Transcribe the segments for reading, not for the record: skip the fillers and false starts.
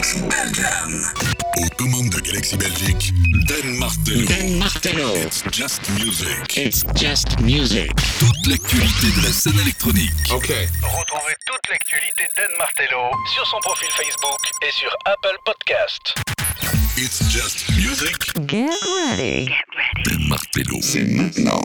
Aux commandes de Galaxy Belgique, Dan Martello. Dan Martello. It's just music. It's just music. Toute l'actualité de la scène électronique. Ok. Retrouvez toute l'actualité d'Dan Martello sur son profil Facebook et sur Apple Podcast. It's just music. Get ready. Dan Martello. C'est maintenant.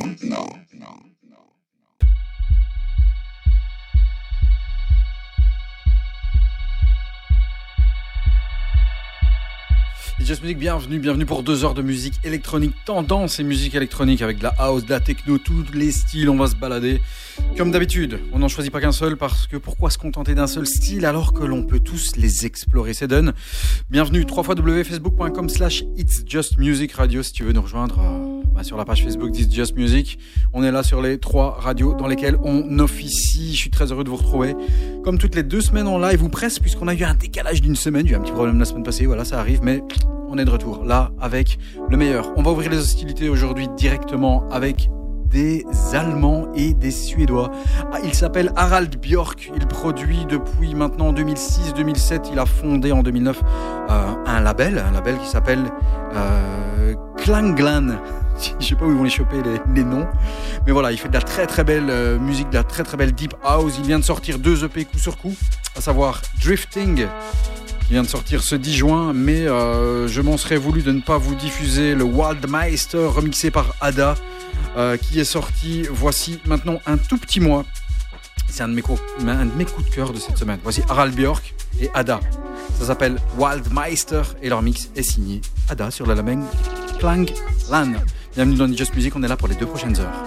Just Music, bienvenue pour 2 heures de musique électronique, tendance et musique électronique avec de la house, de la techno, tous les styles, on va se balader. Comme d'habitude, on n'en choisit pas qu'un seul parce que pourquoi se contenter d'un seul style alors que l'on peut tous les explorer, c'est done. Bienvenue, www.facebook.com/itsjustmusicradio si tu veux nous rejoindre sur la page Facebook d'It's Just Music. On est là sur les 3 radios dans lesquelles on officie. Je suis très heureux de vous retrouver comme toutes les 2 semaines en live ou presque, puisqu'on a eu un décalage d'une semaine. Il y a eu un petit problème la semaine passée, voilà, ça arrive, mais on est de retour là avec le meilleur. On va ouvrir les hostilités aujourd'hui directement avec des Allemands et des Suédois. Il s'appelle Harald Björk. Il produit depuis maintenant 2006-2007. Il a fondé en 2009 un label qui s'appelle Klangland. Je sais pas où ils vont les choper les noms, mais voilà, il fait de la très très belle musique, de la très très belle deep house. Il vient de sortir 2 EP coup sur coup, à savoir Drifting, qui vient de sortir ce 10 juin, mais je m'en serais voulu de ne pas vous diffuser le Waldmeister remixé par Ada, qui est sorti voici maintenant un tout petit mois. C'est un de mes coups de cœur de cette semaine. Voici Harald Björk et Ada. Ça s'appelle Waldmeister et leur mix est signé Ada sur le label Klangland. Bienvenue dans Just Music, on est là pour les 2 prochaines heures.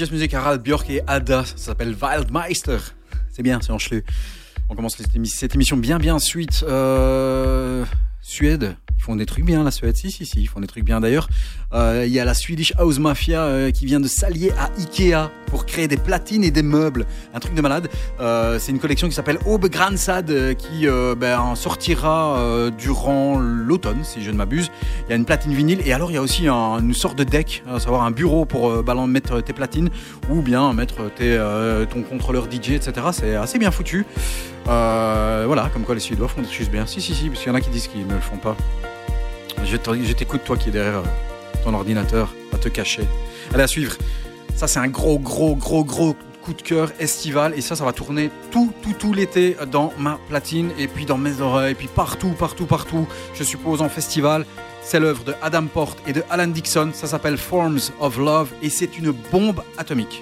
Just Music, Harald Björk et Ada. Ça s'appelle Wildmeister. C'est bien, c'est en chelou. On commence cette émission bien sweet. Suède. Ils font des trucs bien, la Suède. Si, ils font des trucs bien d'ailleurs. Il y a la Swedish House Mafia qui vient de s'allier à Ikea pour créer des platines et des meubles. Un truc de malade. C'est une collection qui s'appelle Obegransad qui sortira durant l'automne, si je ne m'abuse. Il y a une platine vinyle et alors il y a aussi une sorte de deck, à savoir un bureau pour mettre tes platines ou bien mettre ton contrôleur DJ, etc. C'est assez bien foutu. Voilà, comme quoi les Suédois font des choses bien. Si, parce qu'il y en a qui disent qu'ils ne le font pas. Je t'écoute, toi qui es derrière ton ordinateur, à te cacher. Allez, à suivre. Ça, c'est un gros coup de cœur estival. Et ça va tourner tout l'été dans ma platine et puis dans mes oreilles, et puis partout. Je suppose en festival. C'est l'œuvre de Adam Porte et de Alan Dixon. Ça s'appelle Forms of Love et c'est une bombe atomique.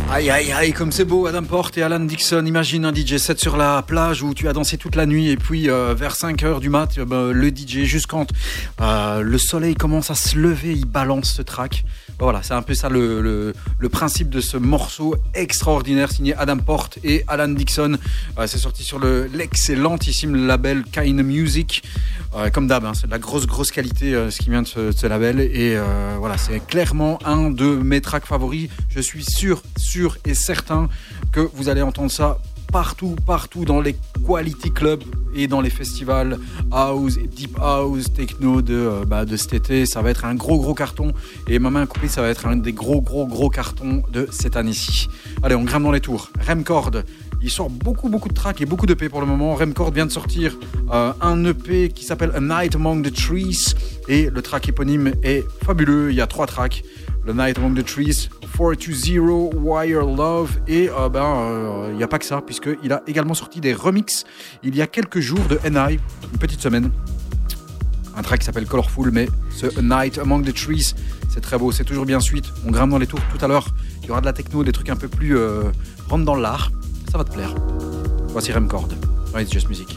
Aïe aïe aïe, comme c'est beau, Adam Porte et Alan Dixon. Imagine un DJ set sur la plage où tu as dansé toute la nuit et puis vers 5h du mat, le DJ, juste quand le soleil commence à se lever, il balance ce track. Voilà, c'est un peu ça le principe de ce morceau extraordinaire signé Adam Porte et Alan Dixon. C'est sorti sur l'excellentissime label Kind Music. Comme d'hab, hein, c'est de la grosse qualité ce qui vient de ce label. Et voilà, c'est clairement un de mes tracks favoris. Je suis sûr et certain que vous allez entendre ça partout dans les quality clubs et dans les festivals house et deep house techno de cet été. Ça va être un gros carton et ma main coupée, ça va être un des gros cartons de cette année-ci. Allez, on grimpe dans les tours. Remcord, il sort beaucoup de tracks et beaucoup d'EP pour le moment. Remcord vient de sortir un EP qui s'appelle A Night Among the Trees et le track éponyme est fabuleux. Il y a 3 tracks. The Night Among the Trees, 420, Wire Love et il n'y a pas que ça puisqu'il a également sorti des remixes il y a quelques jours de NI, une petite semaine. Un track qui s'appelle Colorful, mais ce A Night Among the Trees, c'est très beau, c'est toujours bien suite. On grimpe dans les tours tout à l'heure, il y aura de la techno, des trucs un peu plus rentre dans l'art, ça va te plaire. Voici Remcord, dans It's Just Music.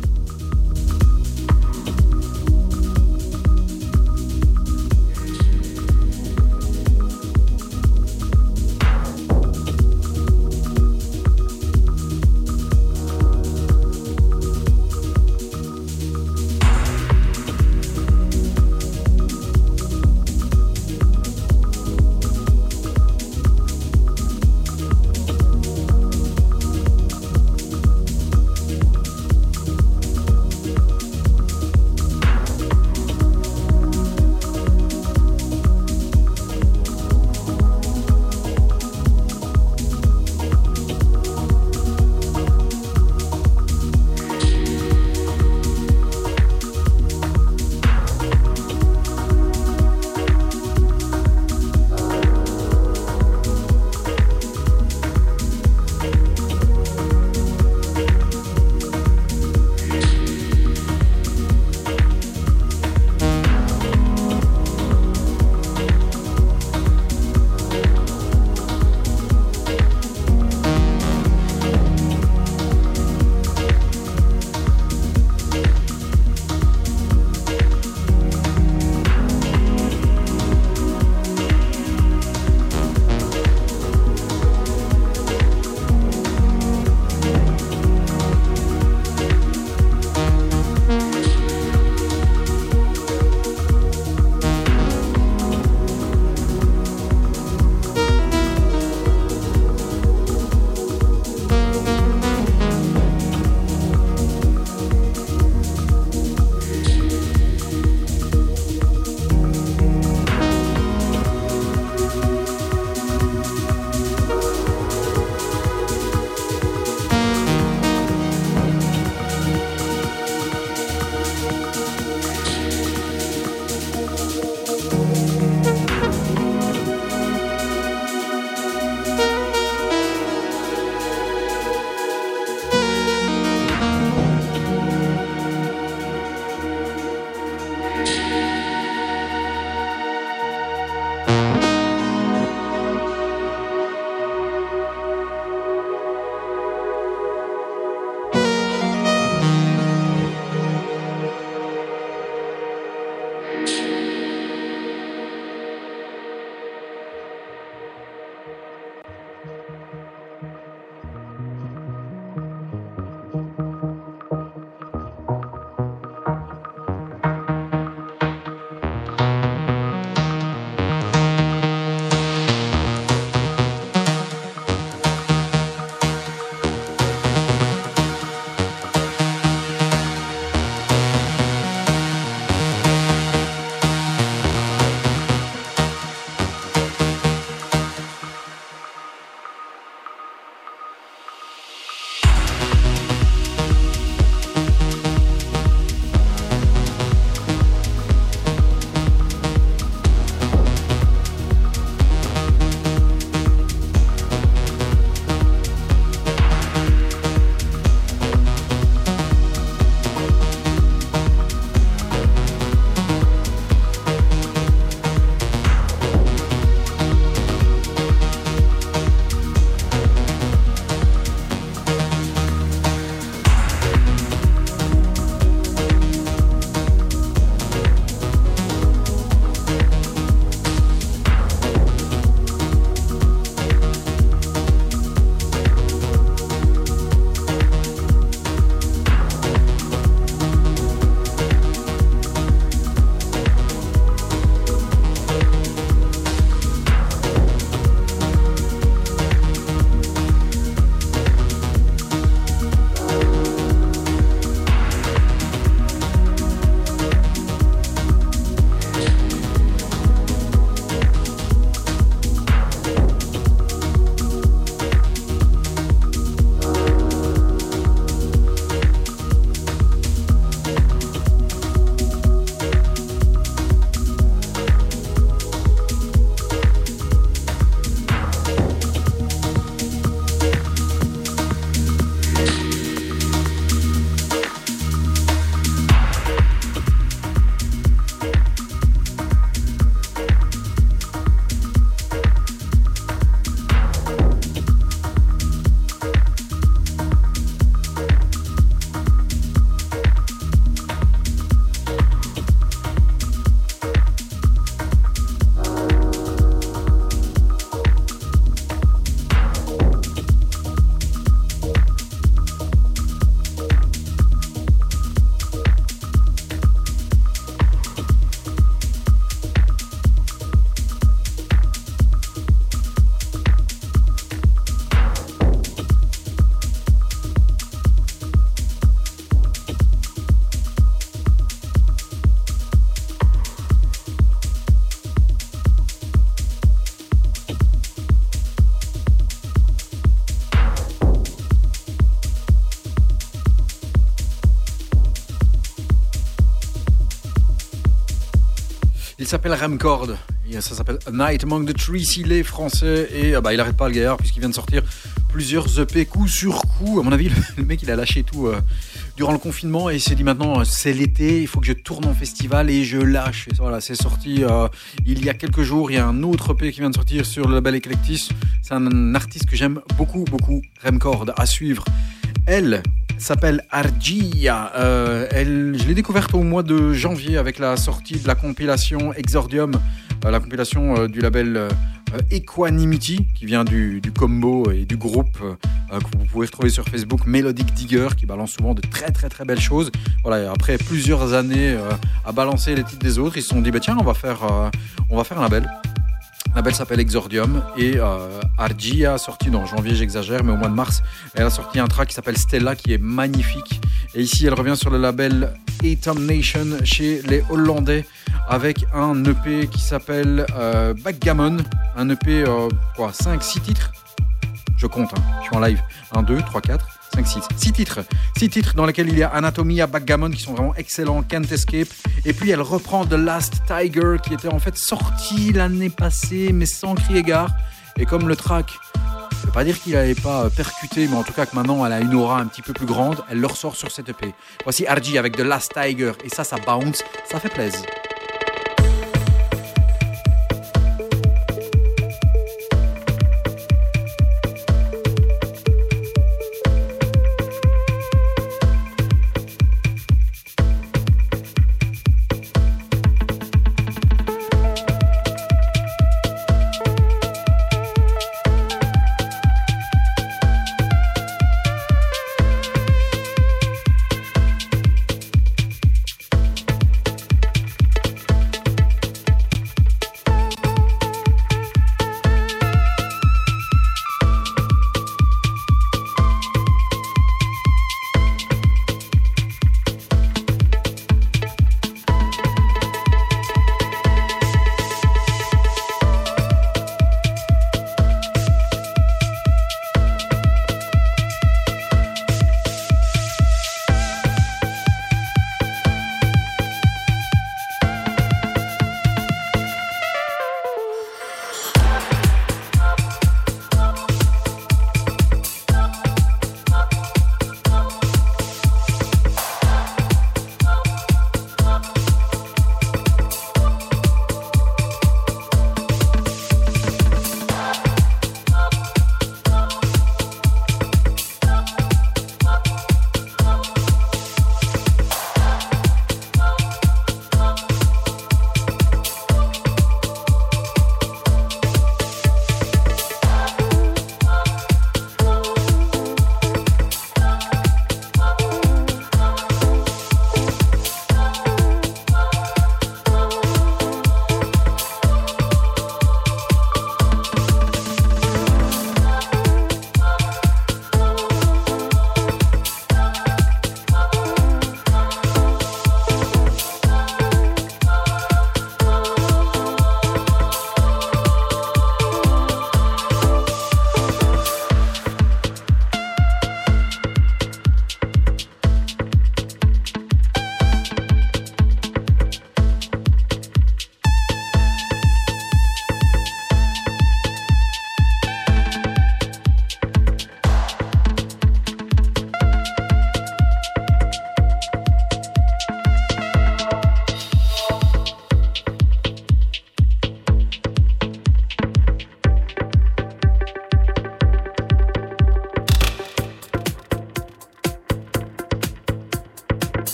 s'appelle Remcord. Et ça s'appelle A Night Among the Trees. Il est français et il arrête pas le gaillard puisqu'il vient de sortir plusieurs EP coup sur coup. À mon avis, le mec il a lâché tout durant le confinement et il s'est dit maintenant c'est l'été, il faut que je tourne en festival et je lâche. Et voilà, c'est sorti il y a quelques jours. Il y a un autre EP qui vient de sortir sur le label Eclectis. C'est un artiste que j'aime beaucoup, Remcord, à suivre. Elle s'appelle Argia. Je l'ai découverte au mois de janvier avec la sortie de la compilation Exordium, la compilation du label Equanimity, qui vient du combo et du groupe que vous pouvez retrouver sur Facebook, Melodic Digger, qui balance souvent de très très très belles choses. Voilà, après plusieurs années à balancer les titres des autres, ils se sont dit tiens, on va faire un label. Le label s'appelle Exordium et Argia a sorti, non, janvier j'exagère, mais au mois de mars, elle a sorti un track qui s'appelle Stella qui est magnifique. Et ici, elle revient sur le label Atom Nation chez les Hollandais avec un EP qui s'appelle Backgammon. Un EP, 5-6 titres. Je compte, je suis en live. 1, 2, 3, 4, 5, 6. 6 titres. 6 titres dans lesquels il y a Anatomia, Backgammon qui sont vraiment excellents, Can't Escape. Et puis elle reprend The Last Tiger qui était en fait sorti l'année passée mais sans crier gare. Et comme le track, je ne veux pas dire qu'il n'avait pas percuté, mais en tout cas que maintenant elle a une aura un petit peu plus grande, elle le ressort sur cette EP. Voici Argie avec The Last Tiger. Et ça bounce, ça fait plaisir.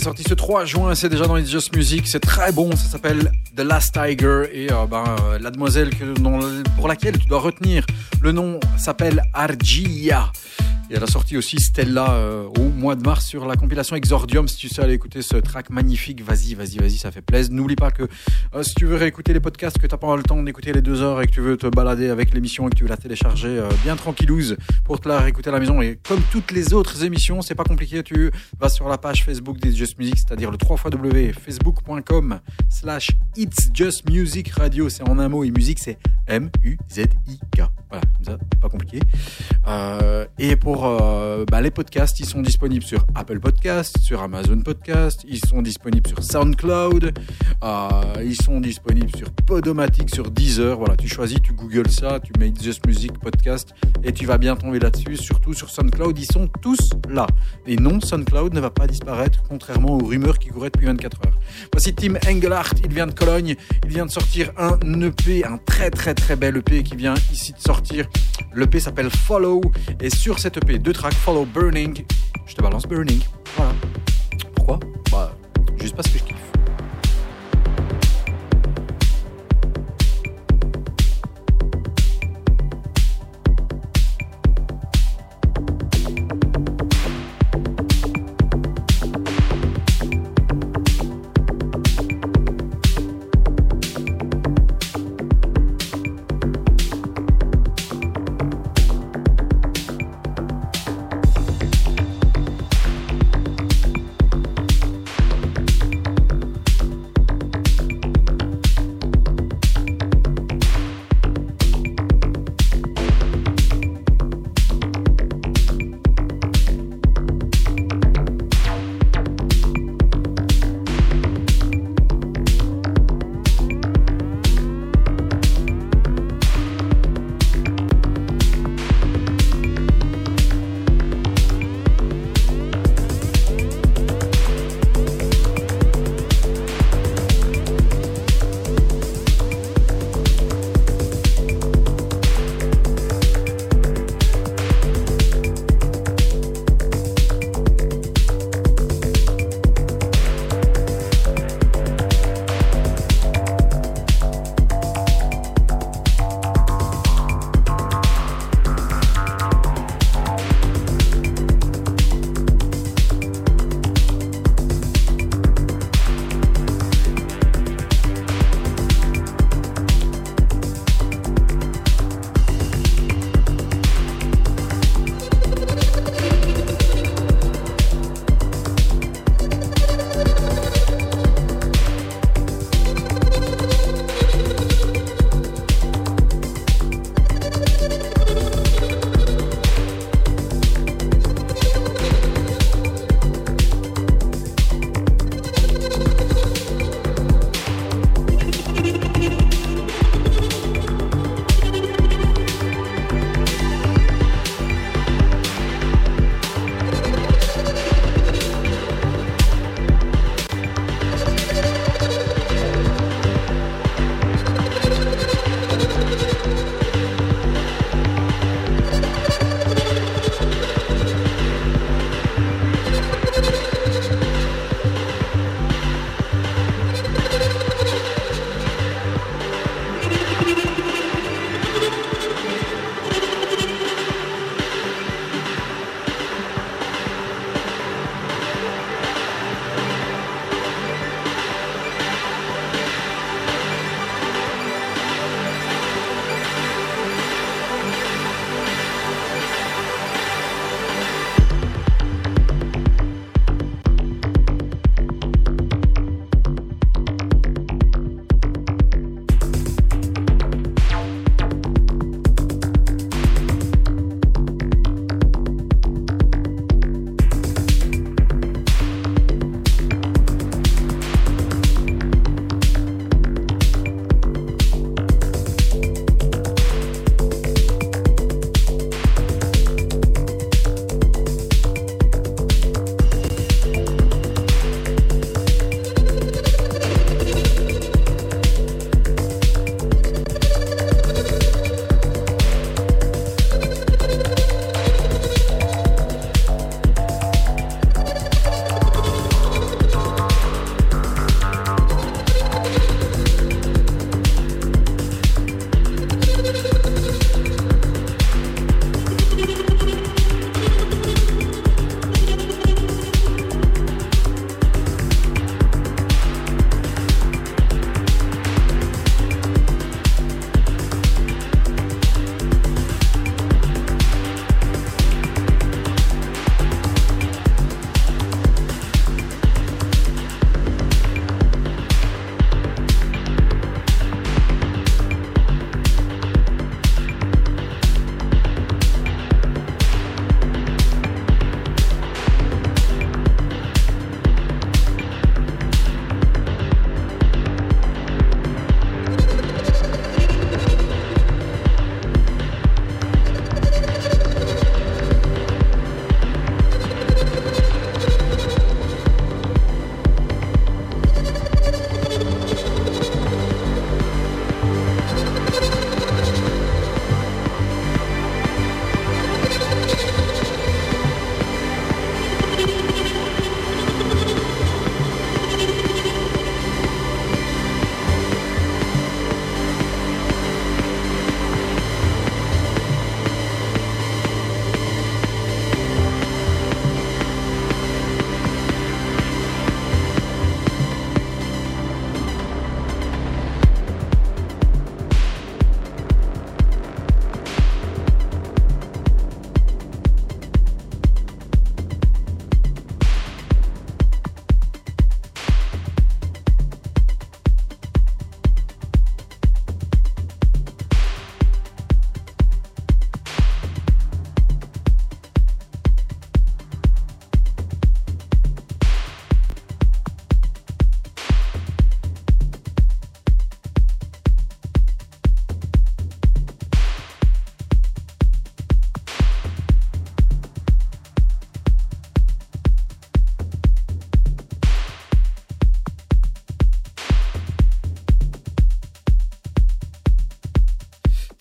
sorti ce 3 juin, c'est déjà dans It's Just Music, c'est très bon, ça s'appelle The Last Tiger et la demoiselle pour laquelle tu dois retenir le nom s'appelle Argia. Et elle a sorti aussi Stella au mois de mars sur la compilation Exordium. Si tu sais aller écouter ce track magnifique, vas-y, ça fait plaisir. N'oublie pas que si tu veux réécouter les podcasts, que tu n'as pas le temps d'écouter les 2 heures et que tu veux te balader avec l'émission et que tu veux la télécharger bien tranquillouze pour te la réécouter à la maison. Et comme toutes les autres émissions, c'est pas compliqué, tu vas sur la page Facebook d'It's Just Music, c'est-à-dire le 3xw.facebook.com/It's Just Music Radio. C'est en un mot et musique, c'est M-U-Z-I-K. Voilà, comme ça, pas compliqué. Et pour les podcasts, ils sont disponibles sur Apple Podcasts, sur Amazon Podcasts, ils sont disponibles sur SoundCloud, ils sont disponibles sur Podomatic, sur Deezer. Voilà, tu choisis, tu googles ça, tu mets Just Music Podcast et tu vas bien tomber là-dessus. Surtout sur SoundCloud, ils sont tous là. Et non, SoundCloud ne va pas disparaître, contrairement aux rumeurs qui couraient depuis 24 heures. Voici Tim Engelhardt, il vient de Cologne, il vient de sortir un EP, un très très très bel EP qui vient ici de sortir. L'EP s'appelle Follow et sur cet EP, 2 tracks, Follow Burning. Je te balance Burning. Voilà. Pourquoi ? Juste parce que je kiffe.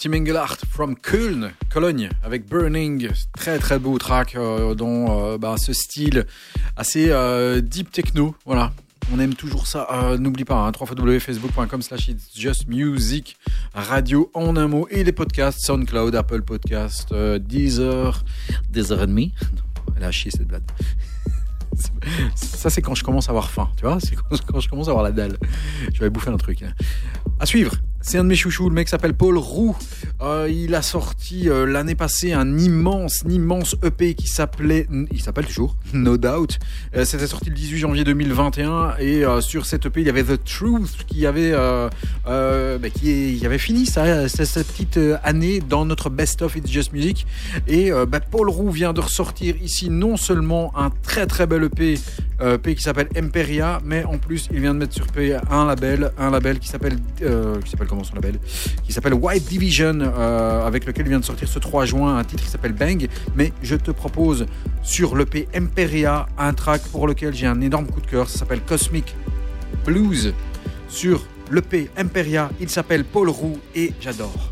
Tim Engelhardt from Cologne, avec Burning, très très beau track dont ce style assez deep techno, voilà. On aime toujours ça. N'oublie pas, www.facebook.com/itsjustmusic, radio en un mot, et les podcasts, SoundCloud, Apple Podcast, Deezer et demi. Elle a chier cette blague. Ça, c'est quand je commence à avoir faim, tu vois, c'est quand je commence à avoir la dalle. Je vais bouffer un truc. Hein. À suivre, c'est un de mes chouchous, le mec s'appelle Paul Roux. Il a sorti l'année passée un immense EP qui s'appelle toujours No Doubt. C'était sorti le 18 janvier 2021 et sur cet EP il y avait The Truth qui avait fini cette petite année dans notre Best of It's Just Music. Et Paul Roux vient de ressortir ici non seulement un très très bel EP qui s'appelle Emperia, mais en plus il vient de mettre sur pied un label qui s'appelle comment son label, qui s'appelle White Division, avec lequel il vient de sortir ce 3 juin un titre qui s'appelle Bang. Mais je te propose sur l'EP Emperia un track pour lequel j'ai un énorme coup de cœur, ça s'appelle Cosmic Blues. Sur l'EP Emperia, il s'appelle Paul Roux et j'adore.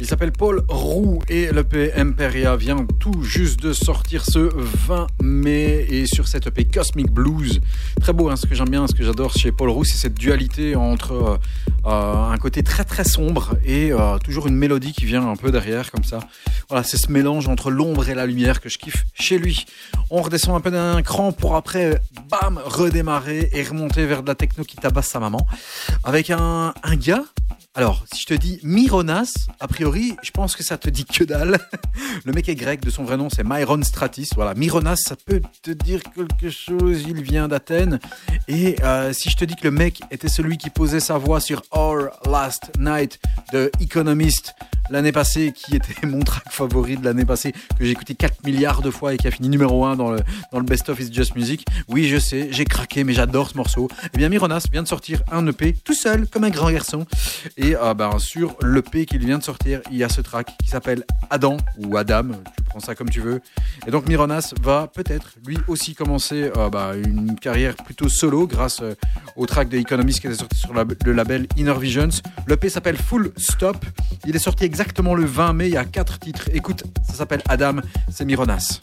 Il s'appelle Paul Roux et l'EP Imperia vient tout juste de sortir ce 20 mai et sur cette EP Cosmic Blues. Très beau, hein, ce que j'aime bien, ce que j'adore chez Paul Roux, c'est cette dualité entre un côté très très sombre et toujours une mélodie qui vient un peu derrière comme ça. Voilà, c'est ce mélange entre l'ombre et la lumière que je kiffe chez lui. On redescend un peu d'un cran pour après, bam, redémarrer et remonter vers de la techno qui tabasse sa maman avec un gars. Alors, si je te dis Myronas, a priori, je pense que ça te dit que dalle. Le mec est grec, de son vrai nom, c'est Myron Stratis. Voilà, Myronas, ça peut te dire quelque chose, il vient d'Athènes. Et si je te dis que le mec était celui qui posait sa voix sur Our Last Night de Economist l'année passée, qui était mon track favori de l'année passée, que j'ai écouté 4 milliards de fois et qui a fini numéro 1 dans le Best of It's Just Music. Oui, je sais, j'ai craqué, mais j'adore ce morceau. Eh bien, Myronas vient de sortir un EP tout seul, comme un grand garçon. Et sur l'EP qu'il vient de sortir, il y a ce track qui s'appelle Adam ou Adam, tu prends ça comme tu veux. Et donc Myronas va peut-être lui aussi commencer une carrière plutôt solo grâce au track de Economist qui est sorti sur le label Inner Visions. L'EP s'appelle Full Stop. Il est sorti exactement le 20 mai, il y a 4 titres. Écoute, ça s'appelle Adam, c'est Myronas.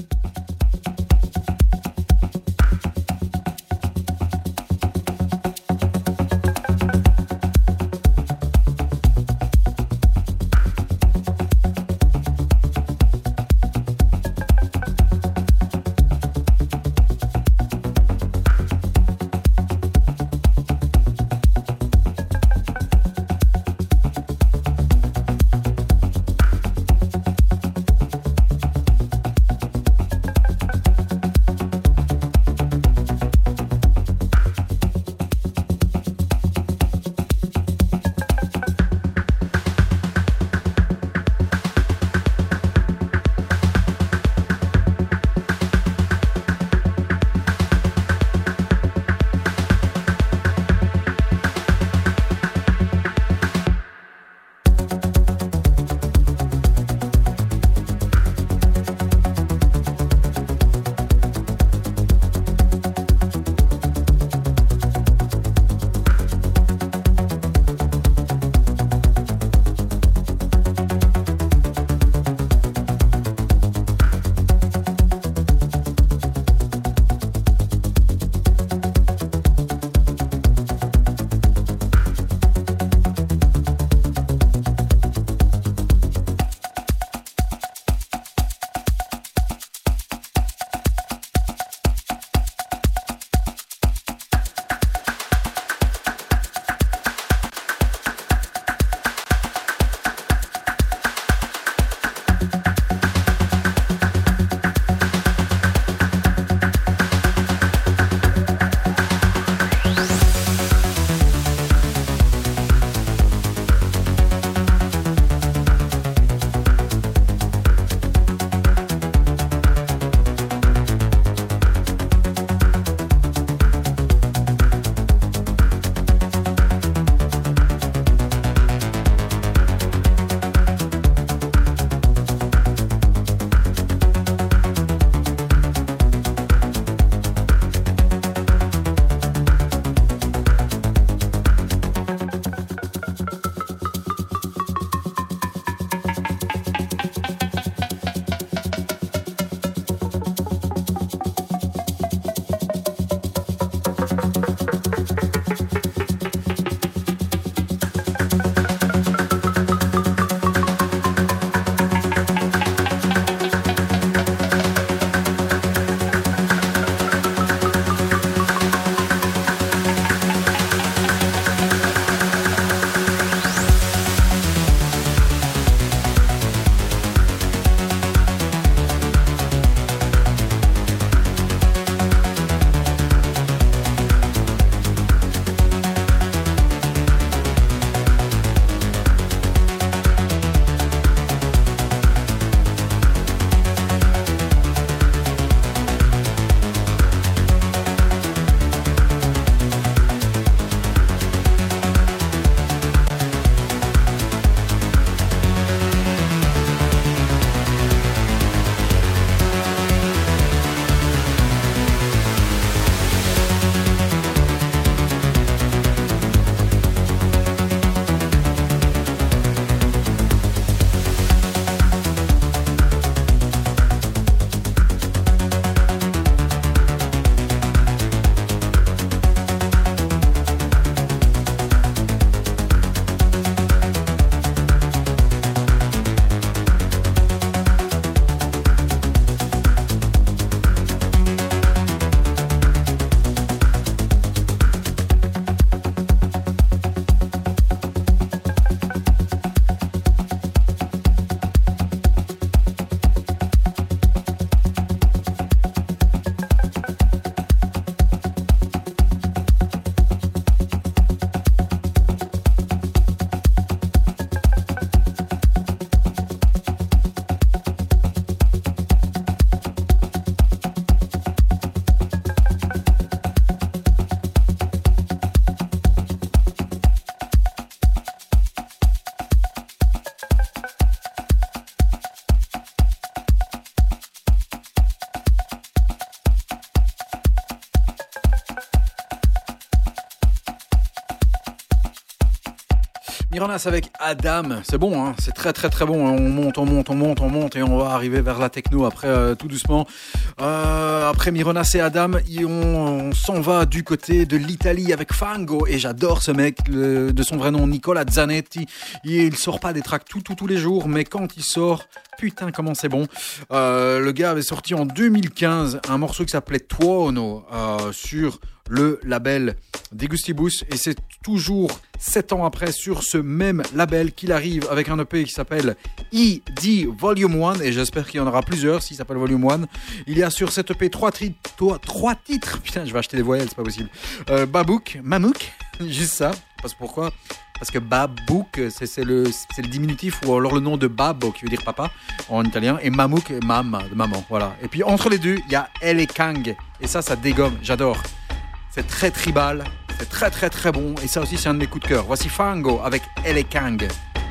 Mironas avec Adam, c'est bon, hein, c'est très très très bon. On monte et on va arriver vers la techno après tout doucement. Après Mironas et Adam, on s'en va du côté de l'Italie avec Fango et j'adore ce mec de son vrai nom, Nicola Zanetti. Il sort pas des tracks tous les jours, mais quand il sort, putain comment c'est bon. Le gars avait sorti en 2015 un morceau qui s'appelait Tuono sur le label Degustibus et c'est toujours 7 ans après sur ce même label qu'il arrive avec un EP qui s'appelle ED Volume 1 et j'espère qu'il y en aura plusieurs s'il s'appelle Volume 1. Il y a sur cet EP 3 titres, putain je vais acheter des voyelles, c'est pas possible. Mamouk, juste ça, pourquoi ? Parce que Babouk, c'est le diminutif ou alors le nom de Babo qui veut dire papa en italien et Mamouk, maman, voilà. Et puis entre les deux, il y a Elle Kang et ça dégomme, j'adore. C'est très tribal, c'est très très très bon et ça aussi c'est un de mes coups de cœur. Voici Fango avec Elle Kang.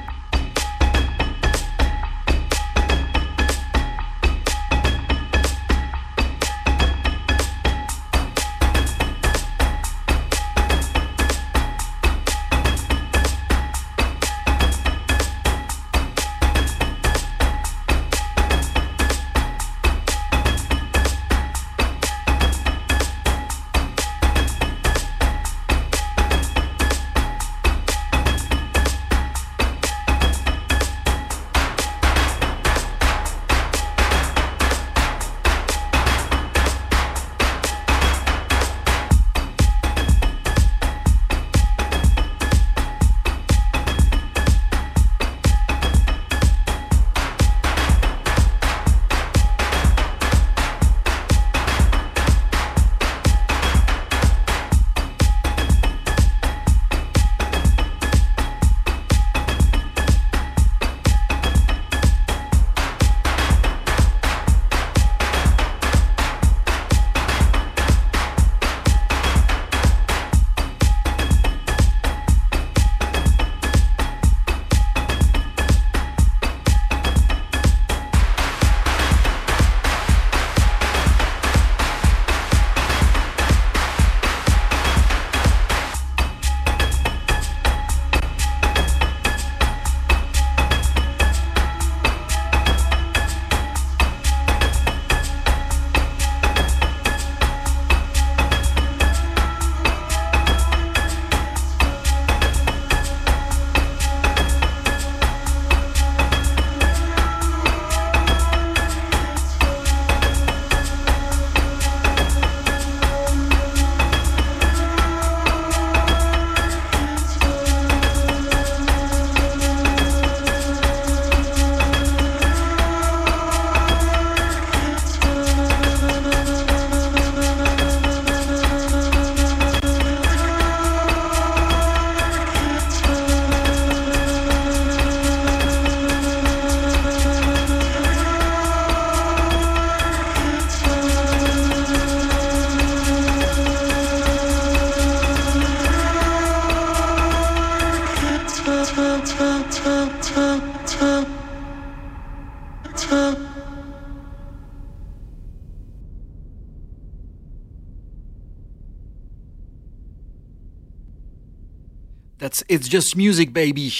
It's just music, baby.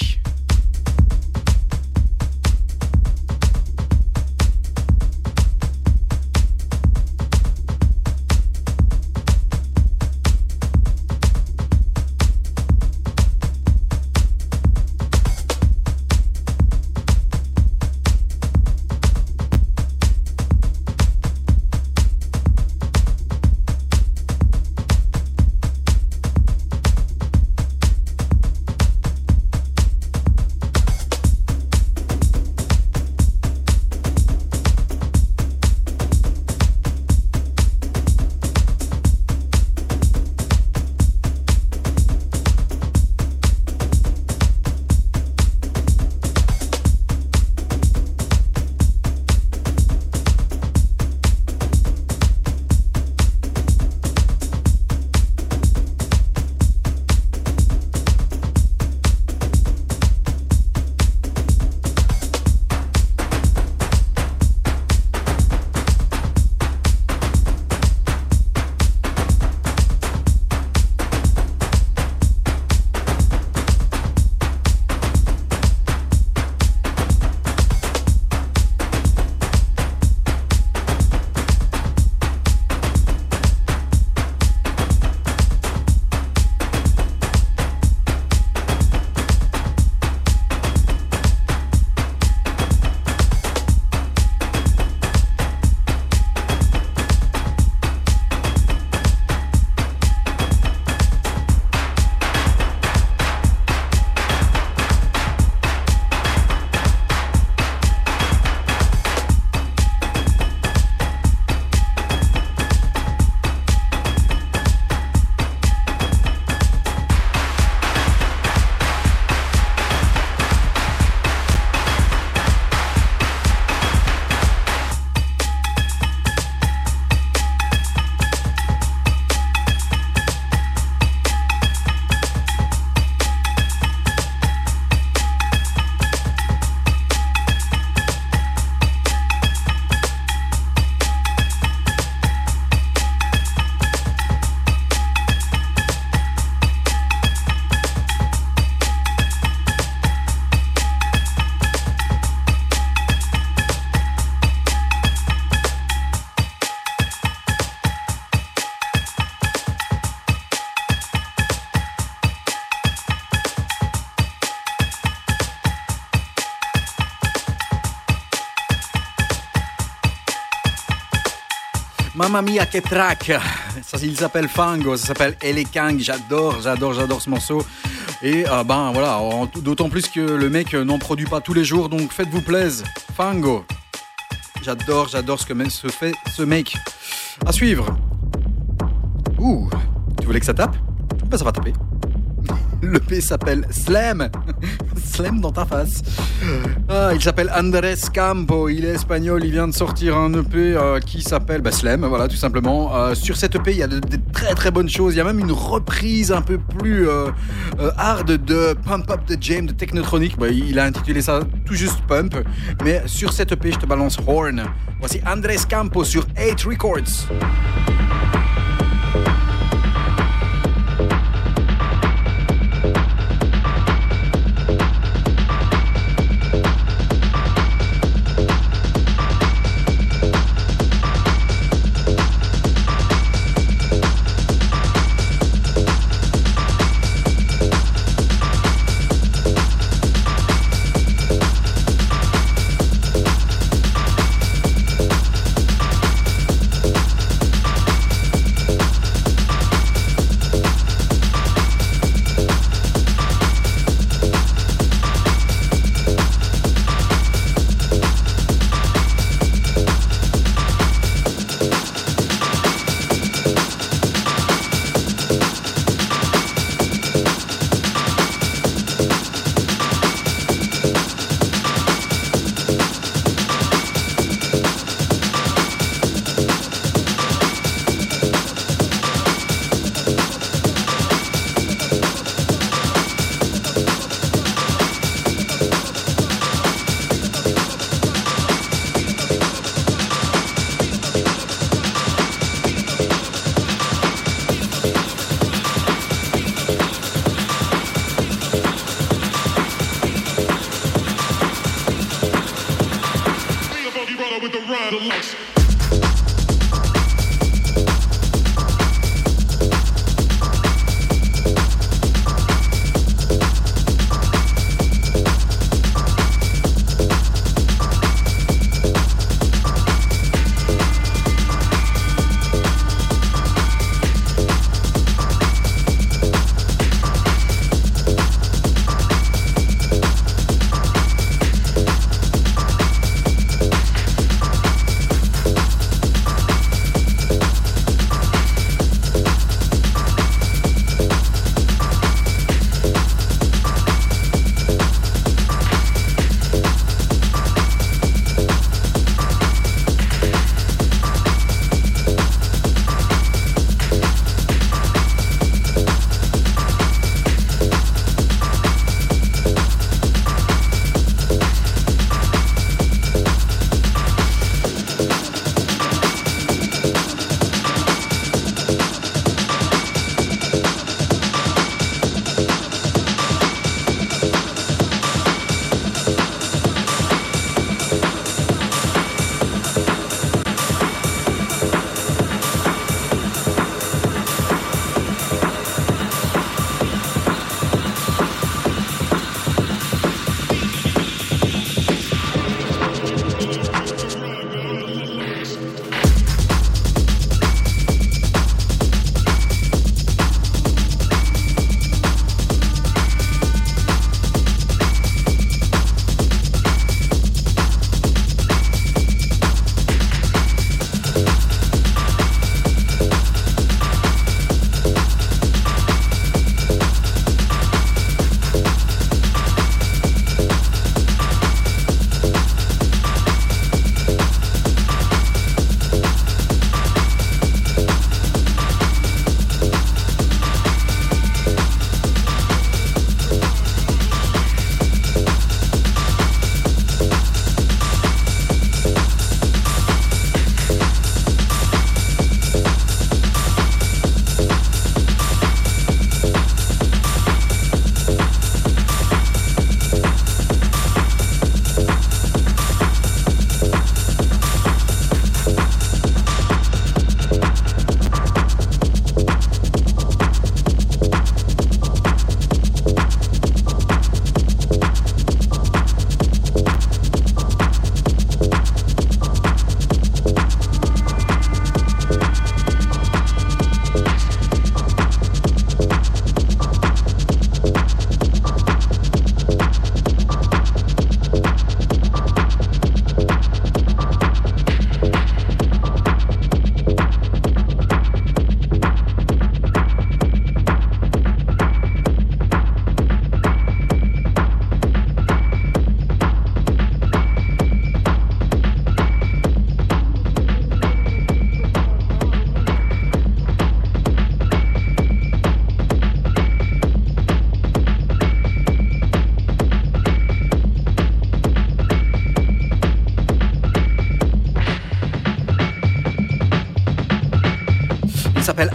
Mamma mia che track. Ça, il s'appelle Fango, ça s'appelle Elekang. J'adore ce morceau. Et voilà, d'autant plus que le mec n'en produit pas tous les jours, donc faites-vous plaisir. Fango. J'adore ce que fait ce mec. À suivre. Ouh, tu voulais que ça tape ? Ben ça va taper. Le P s'appelle Slam. Slam dans ta face. Il s'appelle Andrés Campo. Il est espagnol. Il vient de sortir un EP qui s'appelle Slam. Voilà, tout simplement. Sur cet EP, il y a de très très bonnes choses. Il y a même une reprise un peu plus hard de Pump Up the Jam de Technotronic. Il a intitulé ça tout juste Pump. Mais sur cet EP, je te balance Horn. Voici Andrés Campo sur 8 Records.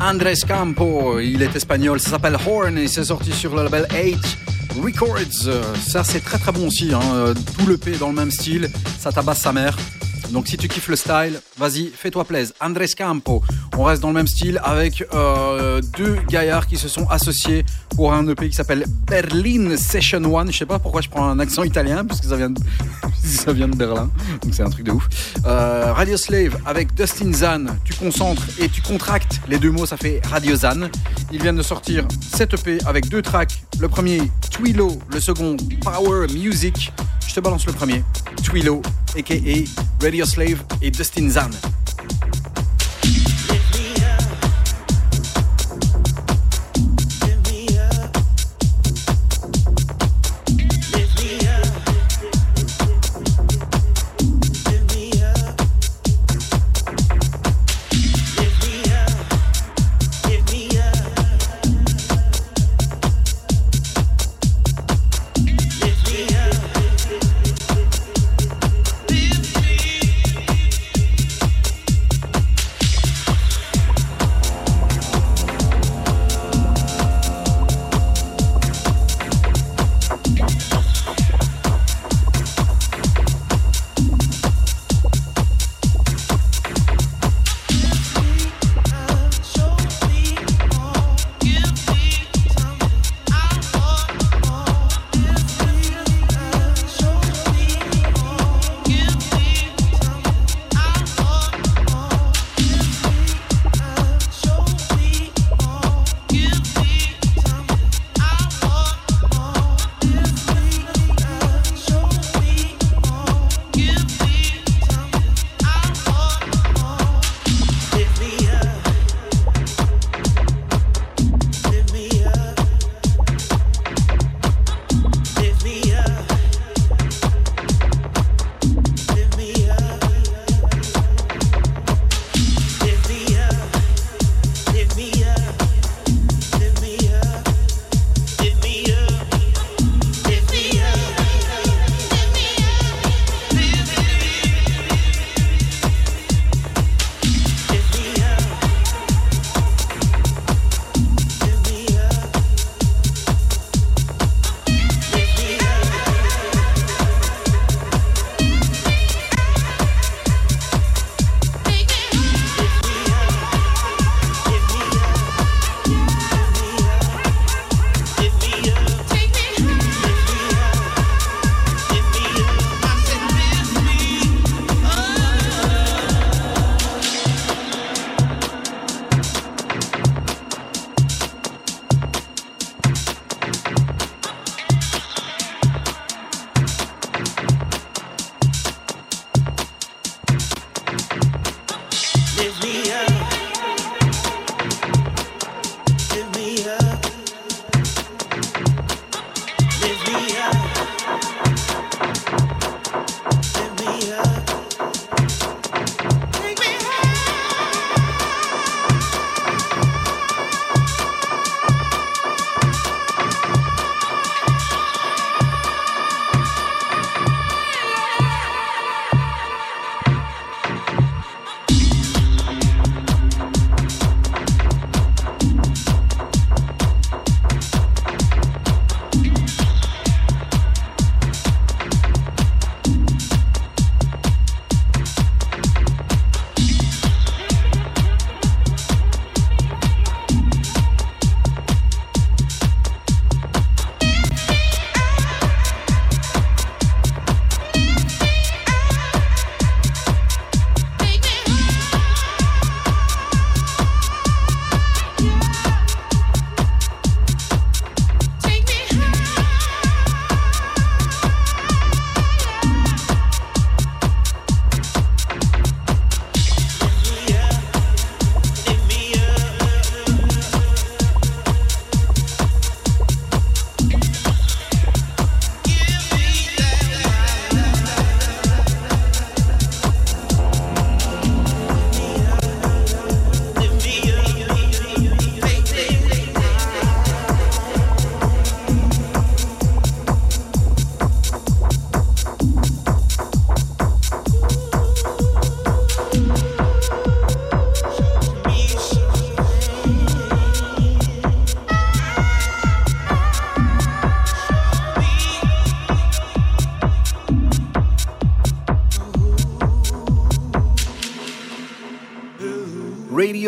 Andrés Campo, il est espagnol, ça s'appelle Horn et c'est sorti sur le label H Records. Ça c'est très très bon aussi, hein. Tout le P dans le même style, ça tabasse sa mère. Donc si tu kiffes le style, vas-y, fais-toi plaisir. Andrés Campo, on reste dans le même style avec deux gaillards qui se sont associés pour un EP qui s'appelle Berlin Session 1. Je sais pas pourquoi je prends un accent italien, parce que ça vient de Berlin, donc c'est un truc de ouf. Radio Slave avec Dustin Zan, tu concentres et tu contractes, les deux mots ça fait Radio Zan. Ils viennent de sortir cet EP avec deux tracks, le premier Twilo, le second Power Music. Je te balance le premier, Twilo, aka Radio Slave et Dustin Zan.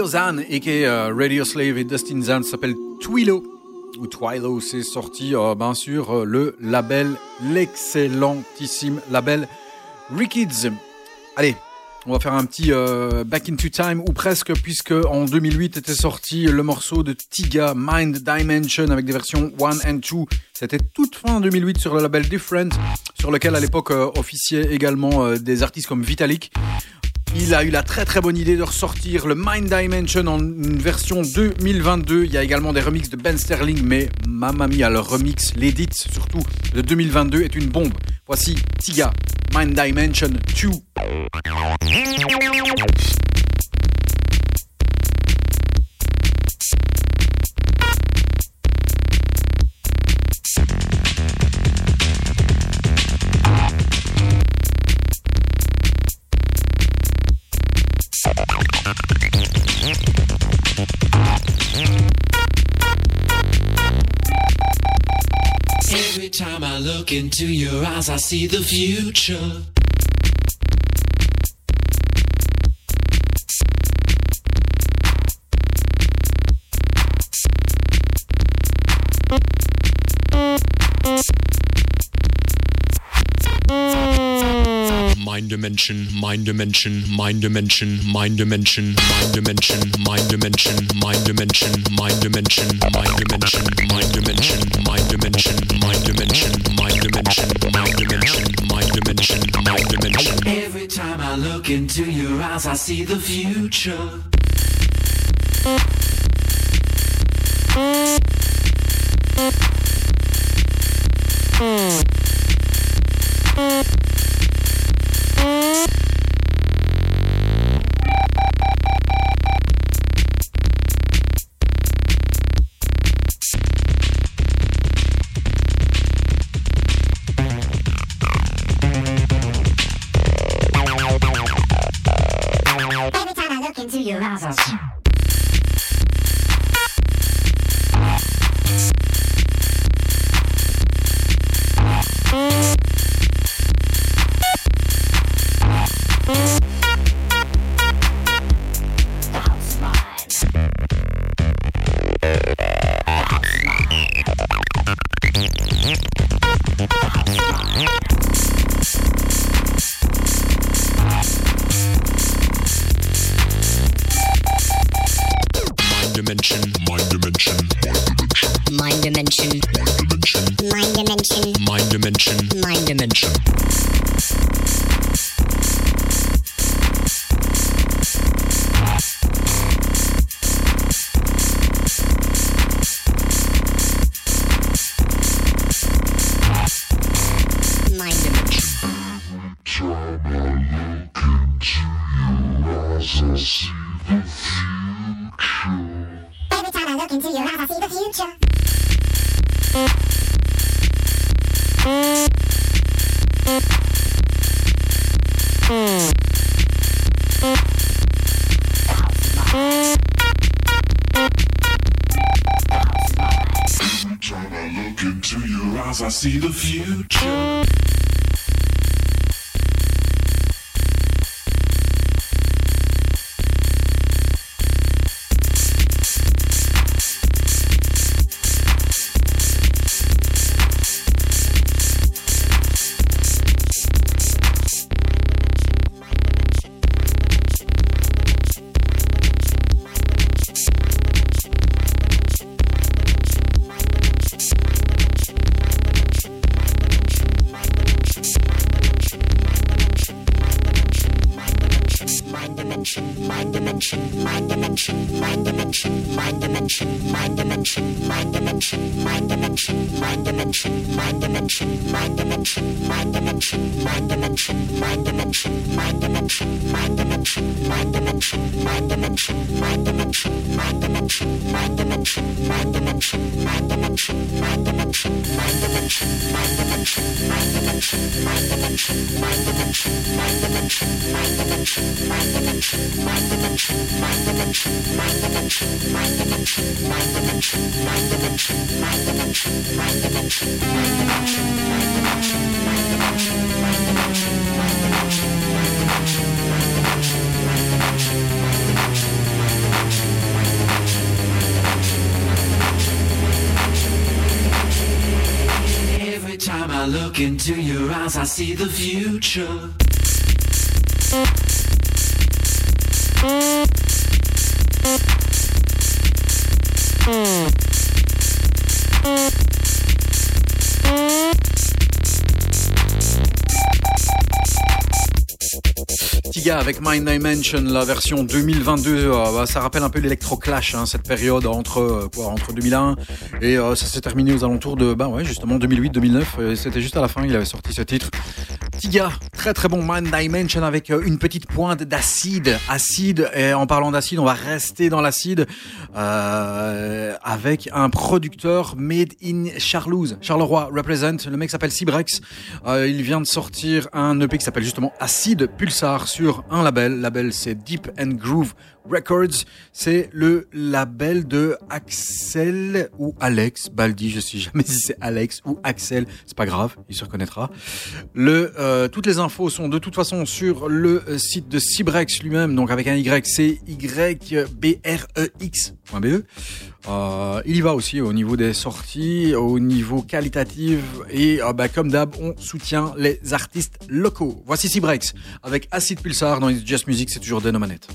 Zan, a.k.a. Radio Slave et Dustin Zan, s'appelle Twilo, ou Twilo, c'est sorti sur le label, l'excellentissime label Rikids. Allez, on va faire un petit Back into Time, ou presque, puisque en 2008 était sorti le morceau de Tiga, Mind Dimension, avec des versions 1 and 2. C'était toute fin 2008 sur le label Different, sur lequel à l'époque officiaient également des artistes comme Vitalik. Il a eu la très très bonne idée de ressortir le Mind Dimension en une version 2022. Il y a également des remixes de Ben Sterling, mais mamma mia, le remix, l'édit surtout de 2022 est une bombe. Voici Tiga, Mind Dimension 2. Every time I look into your eyes, I see the future. Mind dimension, mind dimension, mind dimension, mind dimension, mind dimension, mind dimension, mind dimension, mind dimension, mind dimension, mind dimension, mind dimension, mind dimension, mind dimension, mind dimension, mind dimension, mind dimension. Every time I look into your eyes, I see the future. I see the future. I look into your eyes, I see the future. Tiga avec Mind Dimension, la version 2022, ça rappelle un peu l'Electro-Clash, hein, cette période entre 2001 et ça s'est terminé aux alentours de justement 2008-2009, c'était juste à la fin, il avait sorti ce titre. Tiga, très très bon Mind Dimension avec une petite pointe d'acide. Et en parlant d'acide, on va rester dans l'acide avec un producteur made in Charleroi represent. Le mec s'appelle Cybrex. Il vient de sortir un EP qui s'appelle justement Acide Pulsar sur un label. Label, c'est Deep and Groove Records. C'est le label de Axel ou Alex Baldi. Je sais jamais si c'est Alex ou Axel. C'est pas grave, il se reconnaîtra. Toutes les infos sont de toute façon sur le site de Cybrex lui-même, donc avec un Y, c'est ybreux.be. Il y va aussi au niveau des sorties, au niveau qualitatif et comme d'hab, on soutient les artistes locaux. Voici Cybrex avec Acid Pulsar dans It's Just Music, c'est toujours des nos manettes.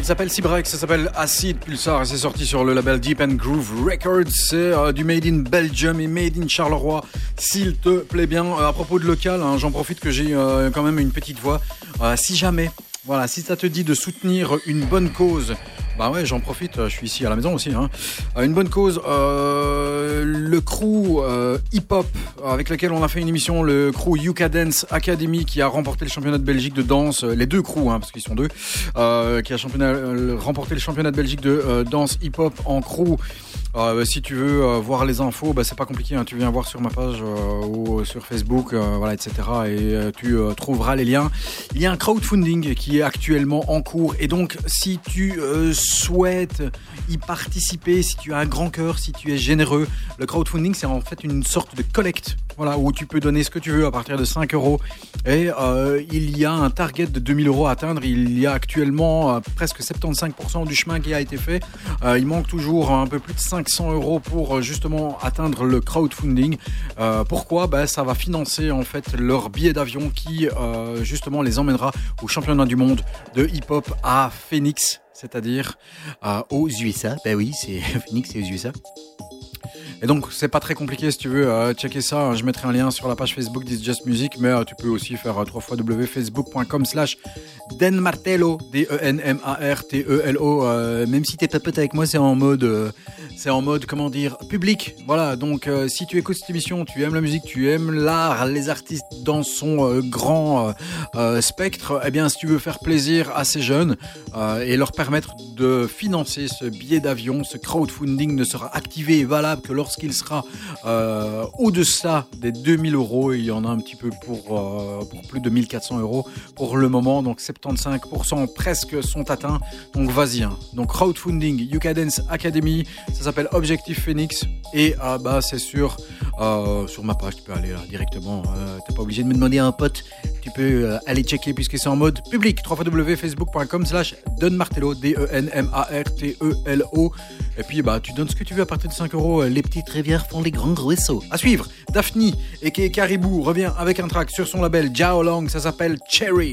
s'appelle Cybrax, ça s'appelle Acid Pulsar et c'est sorti sur le label Deep and Groove Records. C'est du Made in Belgium et Made in Charleroi, s'il te plaît bien. À propos de local, hein, j'en profite que j'ai quand même une petite voix. Si jamais, voilà, si ça te dit de soutenir une bonne cause, bah ouais, j'en profite, je suis ici à la maison aussi. Hein. Une bonne cause, le crew hip-hop avec lequel on a fait une émission, le crew UK Dance Academy qui a remporté le championnat de Belgique de danse, les deux crews, hein, parce qu'ils sont deux, qui a remporté le championnat de Belgique de danse hip-hop en crew. Si tu veux voir les infos, bah, c'est pas compliqué, hein, tu viens voir sur ma page ou sur Facebook, voilà, etc. Et tu trouveras les liens. Il y a un crowdfunding qui est actuellement en cours et donc si tu souhaites y participer, si tu as un grand cœur, si tu es généreux, le crowdfunding c'est en fait une sorte de collecte, voilà, où tu peux donner ce que tu veux à partir de 5 € et il y a un target de 2 000 € à atteindre. Il y a actuellement presque 75% du chemin qui a été fait. Il manque toujours un peu plus de 500 € pour justement atteindre le crowdfunding. Pourquoi ? Ben, ça va financer en fait leur billet d'avion qui justement les emmènera au championnat du monde de hip-hop à Phoenix, c'est-à-dire aux USA. Ben oui, c'est Phoenix, c'est aux USA. Et donc c'est pas très compliqué si tu veux checker ça, je mettrai un lien sur la page Facebook This Just Music, mais tu peux aussi faire www.facebook.com/denmartelo, DENMARTELO, même si t'es pas pote avec moi, c'est en mode comment dire, public, voilà. Donc si tu écoutes cette émission, tu aimes la musique, tu aimes l'art, les artistes dans son grand spectre, eh bien si tu veux faire plaisir à ces jeunes et leur permettre de financer ce billet d'avion, ce crowdfunding ne sera activé et valable que lorsqu'il sera au-deçà des 2 000 €. Il y en a un petit peu pour plus de 1 400 € pour le moment, donc 75% presque sont atteints, donc vas-y, hein. Donc crowdfunding UK Dance Academy, ça s'appelle Objectif Phoenix et bah c'est sur ma page, tu peux aller là directement, t'es pas obligé de me demander à un pote, tu peux aller checker puisque c'est en mode public, www.facebook.com/denmartelo, DENMARTELO, et puis bah tu donnes ce que tu veux à partir de 5 €, les petites rivières font les grands ruisseaux. À suivre, Daphne et Caribou revient avec un track sur son label Jao Long, ça s'appelle Cherry.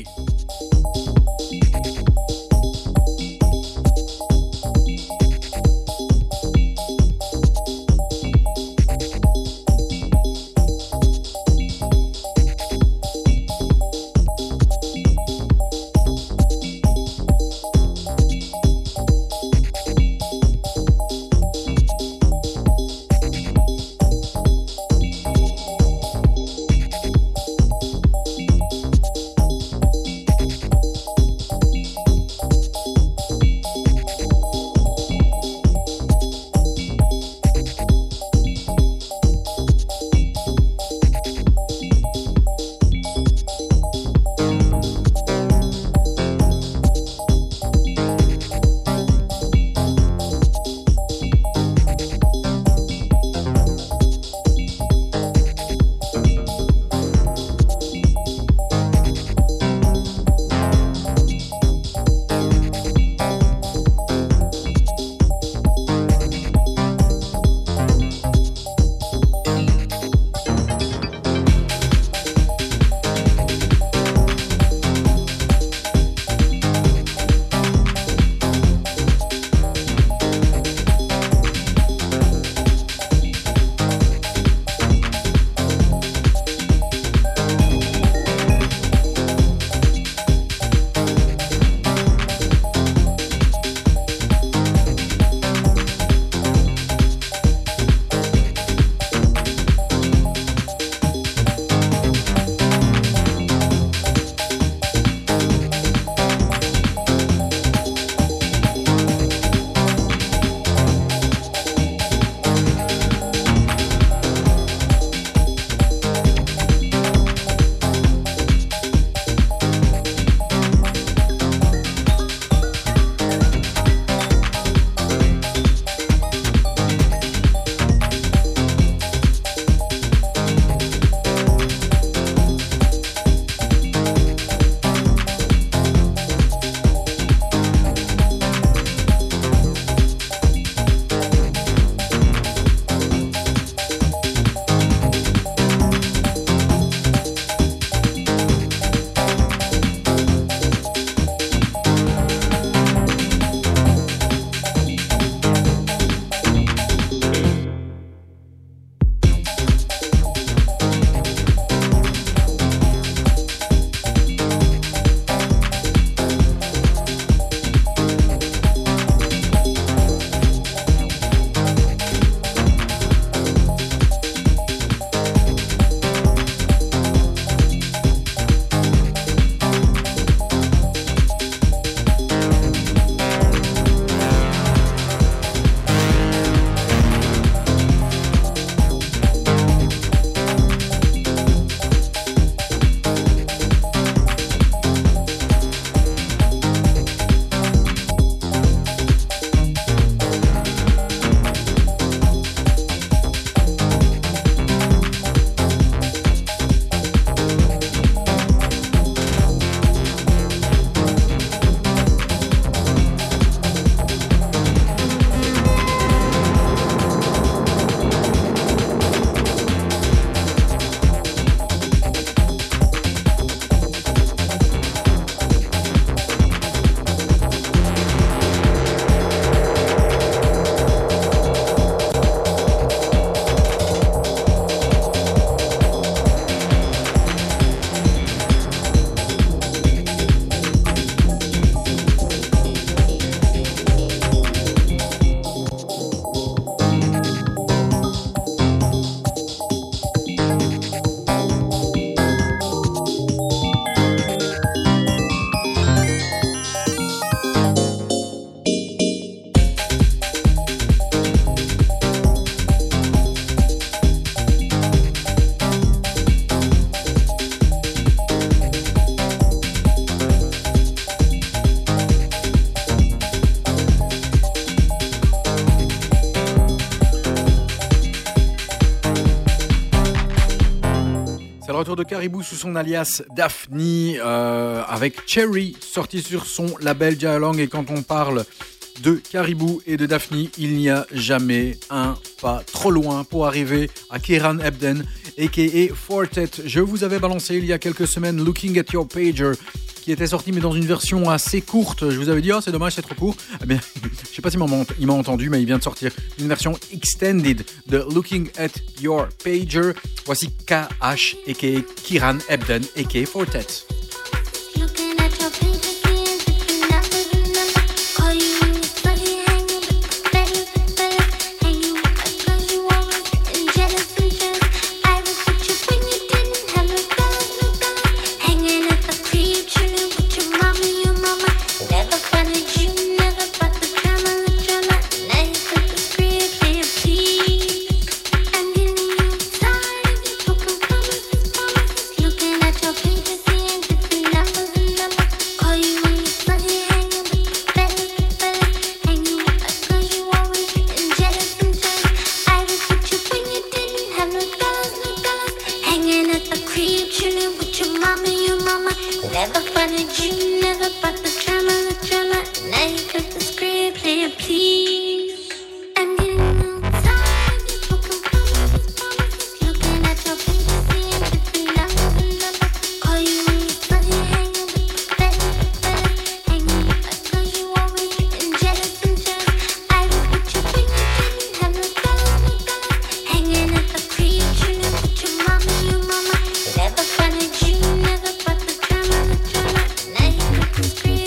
le retour de Caribou sous son alias Daphne avec Cherry, sorti sur son label Dialong. Et quand on parle de Caribou et de Daphne, il n'y a jamais un pas trop loin pour arriver à Kieran Hebden, a.k.a. Fortet. Je vous avais balancé il y a quelques semaines Looking at Your Pager, qui était sorti mais dans une version assez courte. Je vous avais dit, c'est dommage, c'est trop court. Eh bien, je sais pas s'il m'a entendu, mais il vient de sortir une version extended de Looking at Your Pager. Voici KH, a.k.a. Kieran Hebden, a.k.a. Fortet. Scream.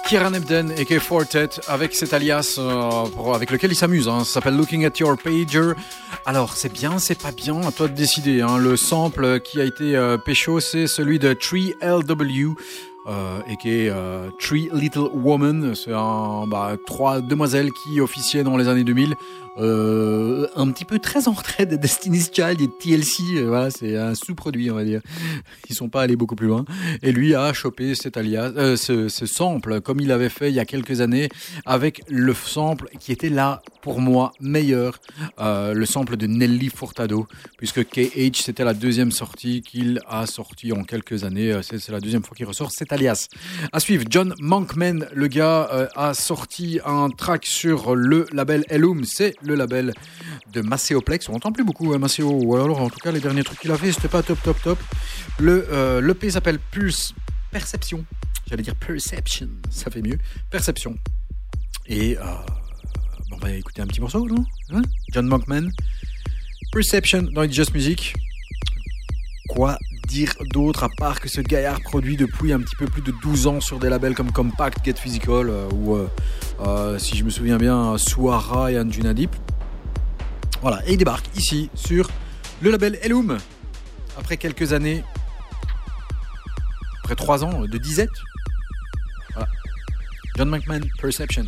Kieran Hebden et K Fortet avec cet alias avec lequel il s'amuse. Ça s'appelle Looking at Your Pager. Alors c'est bien, c'est pas bien, à toi de décider. Le sample qui a été pécho, c'est celui de 3LW. Et qui est Three Little Women. C'est trois demoiselles qui officiaient dans les années 2000. Un petit peu très en retrait de Destiny's Child et de TLC. Voilà, c'est un sous-produit, on va dire. Ils sont pas allés beaucoup plus loin. Et lui a chopé cet alias, ce sample, comme il avait fait il y a quelques années, avec le sample qui était là, pour moi, meilleur. Le sample de Nelly Furtado, puisque KH, c'était la deuxième sortie qu'il a sortie en quelques années. C'est la deuxième fois qu'il ressort cet alias. À suivre, John Monkman, le gars a sorti un track sur le label Elum, c'est le label de Macéoplex. On n'entend plus beaucoup Macéo, ou alors en tout cas les derniers trucs qu'il a fait, c'était pas top. L'EP s'appelle Perception. J'allais dire Perception, ça fait mieux. Perception. Et on va écouter un petit morceau, non John Monkman, Perception dans It's Just Music. Quoi dire d'autre à part que ce gaillard produit depuis un petit peu plus de 12 ans sur des labels comme Compact, Get Physical ou si je me souviens bien Suara et Anjuna Deep. Voilà, et il débarque ici sur le label Elum après quelques années, après 3 ans de disette. Voilà. John Monkman, Perception.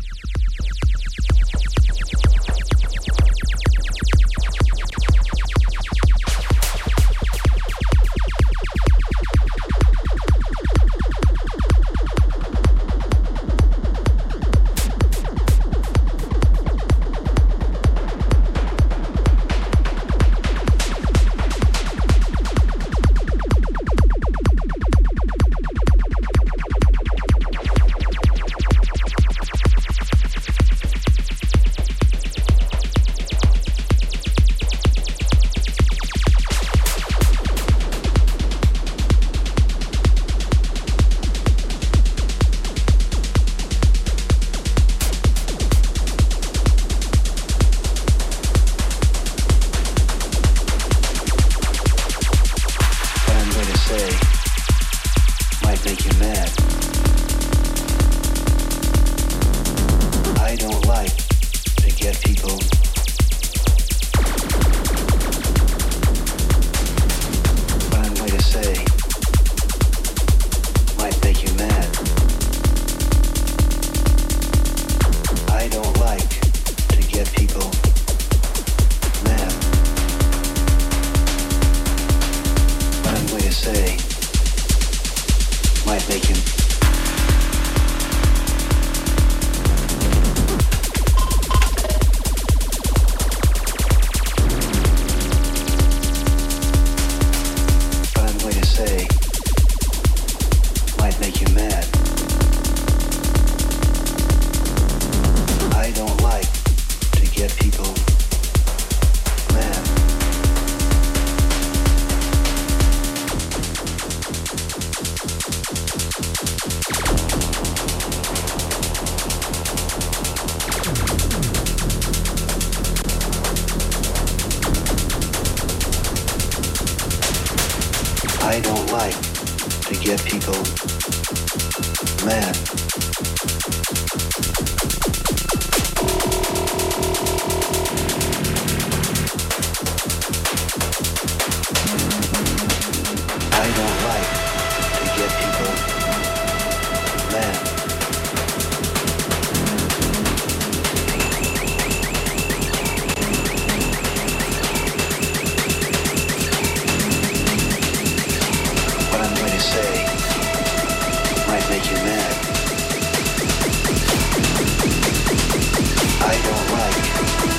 I don't like to get people mad. I don't like to get people mad. What I'm going to say might make you mad. I don't like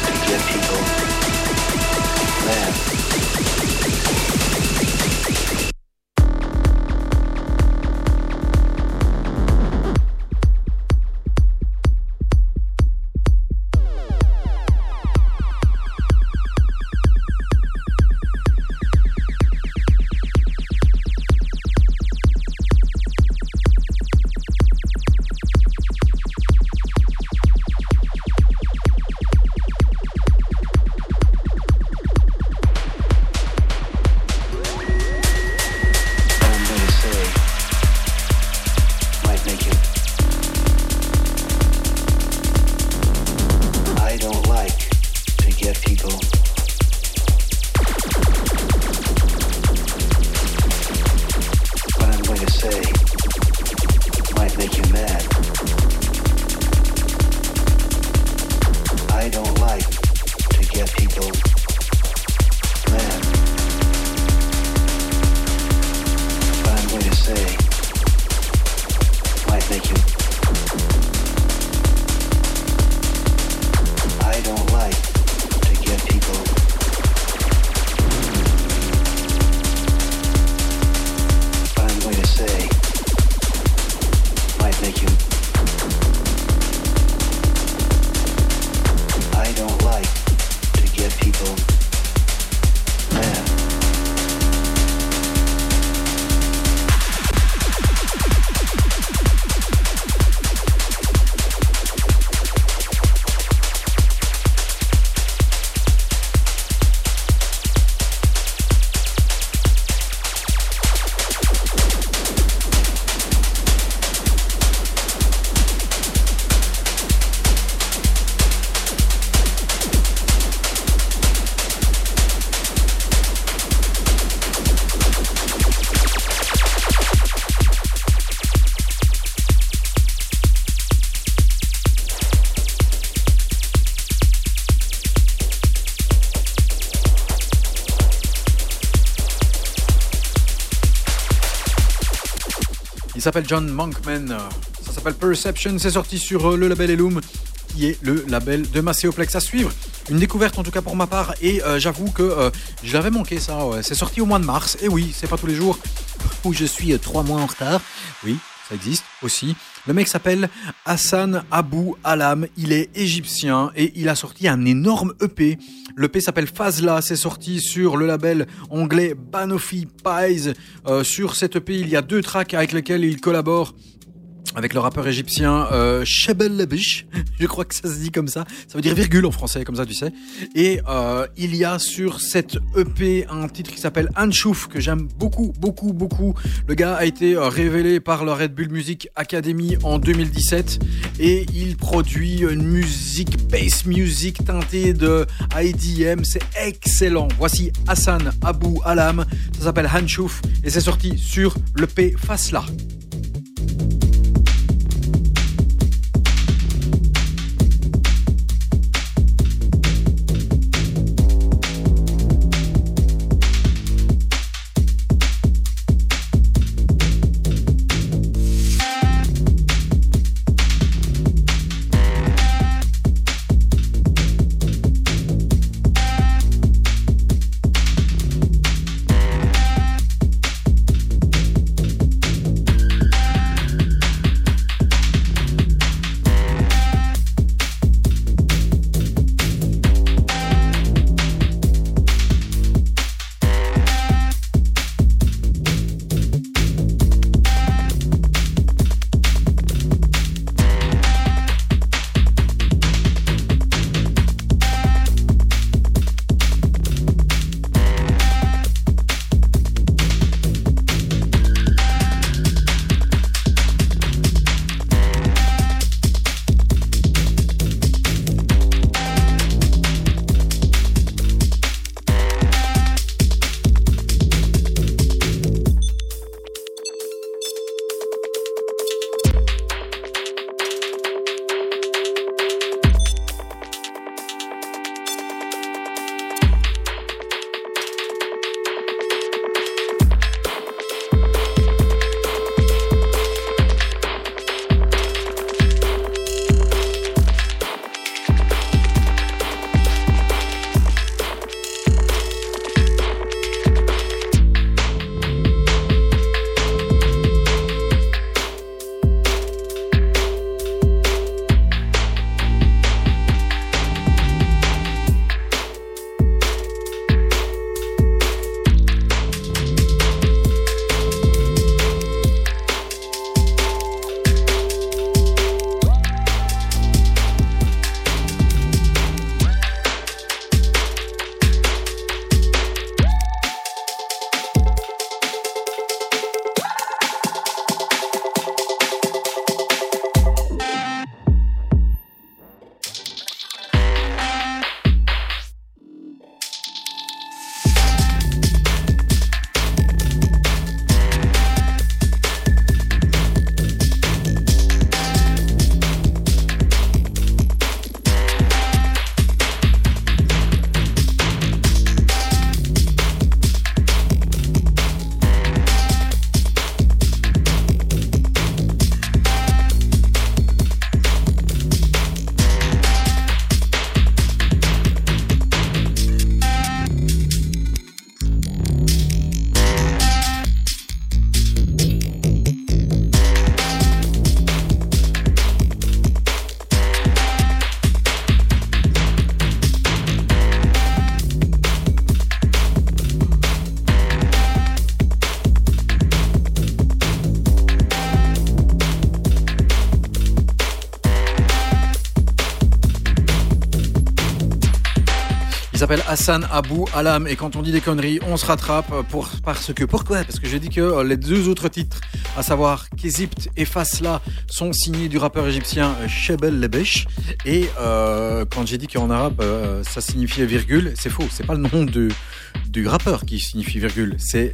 Il s'appelle John Monkman. Ça s'appelle Perception. C'est sorti sur le label Elum, qui est le label de Macéoplex. À suivre, une découverte en tout cas pour ma part. Et j'avoue que je l'avais manqué ça. Ouais. C'est sorti au mois de mars. Et oui, c'est pas tous les jours où je suis 3 mois en retard. Oui, ça existe aussi. Le mec s'appelle Hassan Abou Alam, il est égyptien et il a sorti un énorme EP. L'EP s'appelle Fazla, c'est sorti sur le label anglais Banoffee Pies. Sur cet EP, il y a 2 tracks avec lesquels il collabore avec le rappeur égyptien Chebel Lebish, je crois que ça se dit comme ça veut dire virgule en français, comme ça tu sais. Et il y a sur cette EP un titre qui s'appelle Anshouf, que j'aime beaucoup. Le gars a été révélé par la Red Bull Music Academy en 2017 et il produit une musique, bass music teintée de IDM, c'est excellent. Voici Hassan Abou Alam, ça s'appelle Anshouf et c'est sorti sur l'EP Fazla. s'appelle Hassan Abou Alam et quand on dit des conneries, on se rattrape pourquoi ? Parce que j'ai dit que les deux autres titres, à savoir Kézipt et Fazla, sont signés du rappeur égyptien Chebel Lebish et quand j'ai dit qu'en arabe ça signifiait virgule, c'est faux, c'est pas le nom du rappeur qui signifie virgule, c'est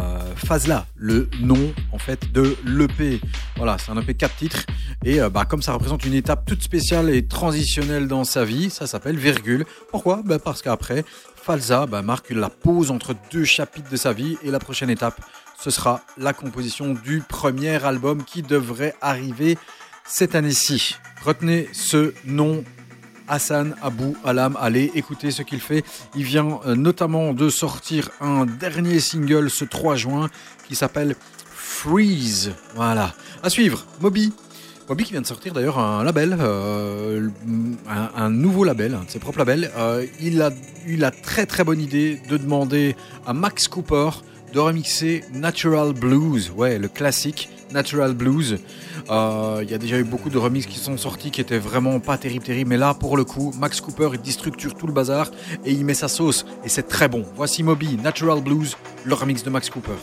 Fazla, le nom en fait de l'EP. Voilà, c'est un EP 4 titres et comme ça représente une étape toute spéciale et transitionnelle dans sa vie, ça s'appelle virgule. Pourquoi ? Parce qu'après Falza marque la pause entre 2 chapitres de sa vie et la prochaine étape, ce sera la composition du premier album qui devrait arriver cette année-ci. Retenez ce nom, Hassan Abou Alam. Allez, écoutez ce qu'il fait. Il vient notamment de sortir un dernier single ce 3 juin qui s'appelle Freeze. Voilà. À suivre, Moby. Moby qui vient de sortir d'ailleurs un label, un nouveau label, un de ses propres labels. Il a eu la très très bonne idée de demander à Max Cooper de remixer Natural Blues, ouais, le classique Natural Blues. Il y a déjà eu beaucoup de remixes qui sont sortis qui étaient vraiment pas terribles, mais là pour le coup, Max Cooper il déstructure tout le bazar et il met sa sauce et c'est très bon. Voici Moby, Natural Blues, le remix de Max Cooper.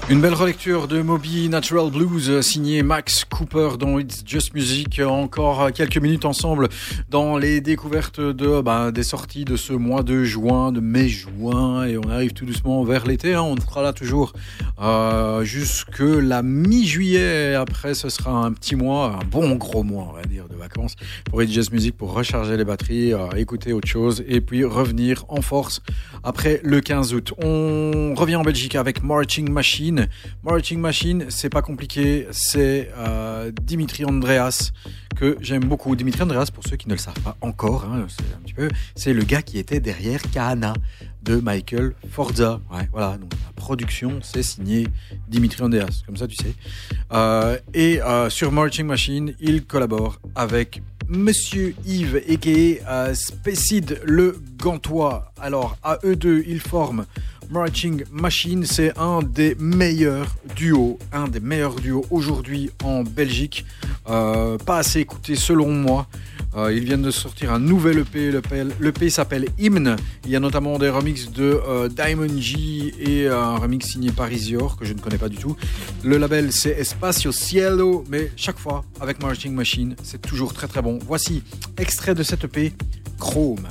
Une belle relecture de Moby Natural Blues signé Max Cooper dans It's Just Music. Encore quelques minutes ensemble dans les découvertes des sorties de ce mois de juin, de mai-juin, et on arrive tout doucement vers l'été. On sera là toujours jusque la mi-juillet. Après, ce sera un petit mois, un bon gros mois, on va dire, de vacances pour It's Just Music, pour recharger les batteries, écouter autre chose et puis revenir en force après le 15 août. On revient en Belgique avec Marching Machine. Marching Machine, c'est pas compliqué, c'est Dimitri Andreas que j'aime beaucoup. Dimitri Andreas, pour ceux qui ne le savent pas encore, c'est le gars qui était derrière Kahana de Michael Forza. Ouais, voilà, donc la production, c'est signé Dimitri Andreas, comme ça tu sais. Et sur Marching Machine, il collabore avec Monsieur Yves a.k.a. Spécide le Gantois. Alors, à eux deux, ils forment Marching Machine. C'est un des meilleurs duos aujourd'hui en Belgique. Pas assez écouté selon moi. Ils viennent de sortir un nouvel EP. L'EP s'appelle Hymne. Il y a notamment des remixes de Diamond G et un remix signé par Isior que je ne connais pas du tout. Le label c'est Espacio Cielo, mais chaque fois avec Marching Machine, c'est toujours très très bon. Voici extrait de cette EP, Chrome.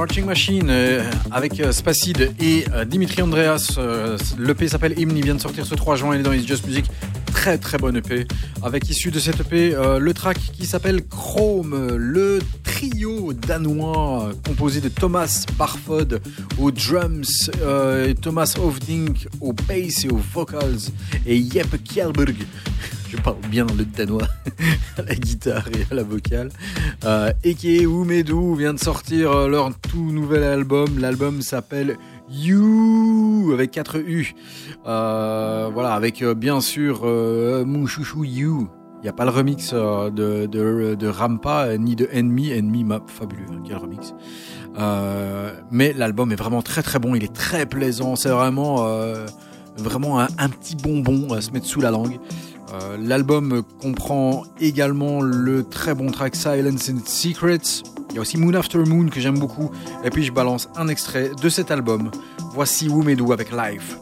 Marching Machine avec Spacid et Dimitri Andreas. L'EP s'appelle Hymn, il vient de sortir ce 3 juin, il est dans It's Just Music. Très très bonne EP. Avec issu de cette EP, le track qui s'appelle Chrome, le trio danois composé de Thomas Barfod aux drums, Thomas Hovding aux bass et aux vocals et Jeppe Kjellberg. Je parle bien le danois à la guitare et à la vocale. Eke Umedu vient de sortir leur tout nouvel album. L'album s'appelle You avec 4 U. Voilà, avec bien sûr mon chouchou You. Il n'y a pas le remix de Rampa ni de Enemy. Enemy, fabuleux, quel remix. Mais l'album est vraiment très très bon. Il est très plaisant. C'est vraiment un petit bonbon à se mettre sous la langue. L'album comprend également le très bon track Silence and Secrets. Il y a aussi Moon After Moon que j'aime beaucoup. Et puis je balance un extrait de cet album. Voici Umedu avec Live.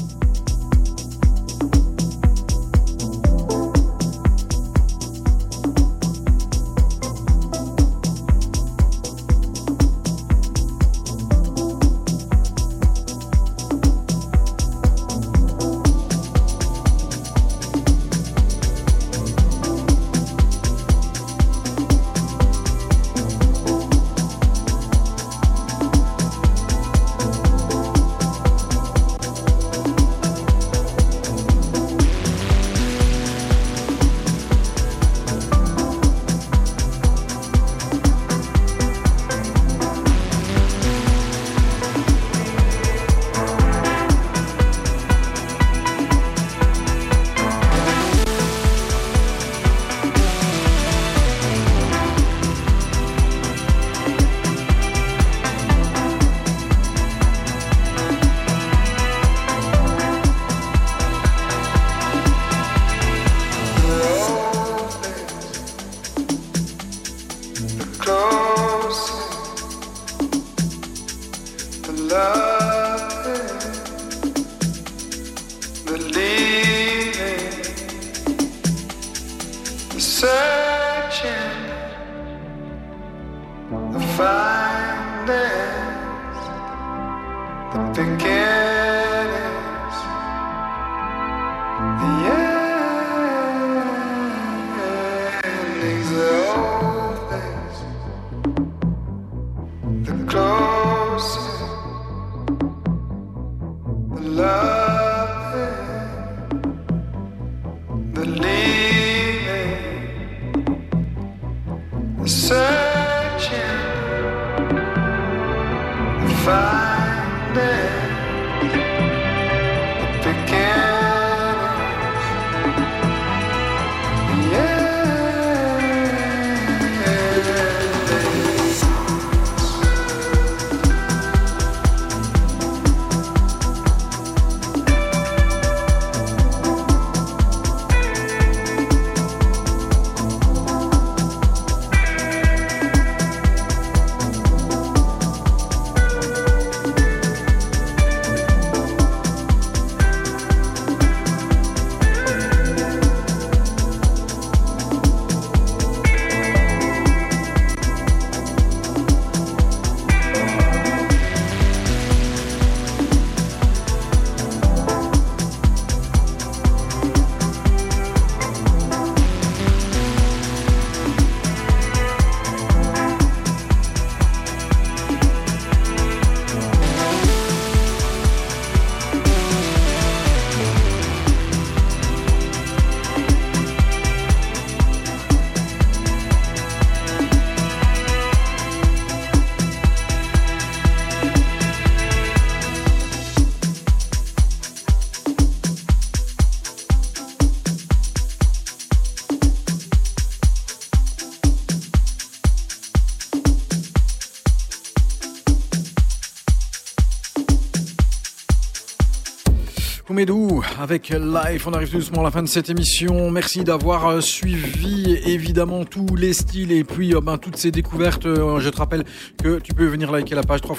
Umedu avec Live. On arrive doucement à la fin de cette émission. Merci d'avoir suivi évidemment tous les styles et puis toutes ces découvertes. Je te rappelle que tu peux venir liker la page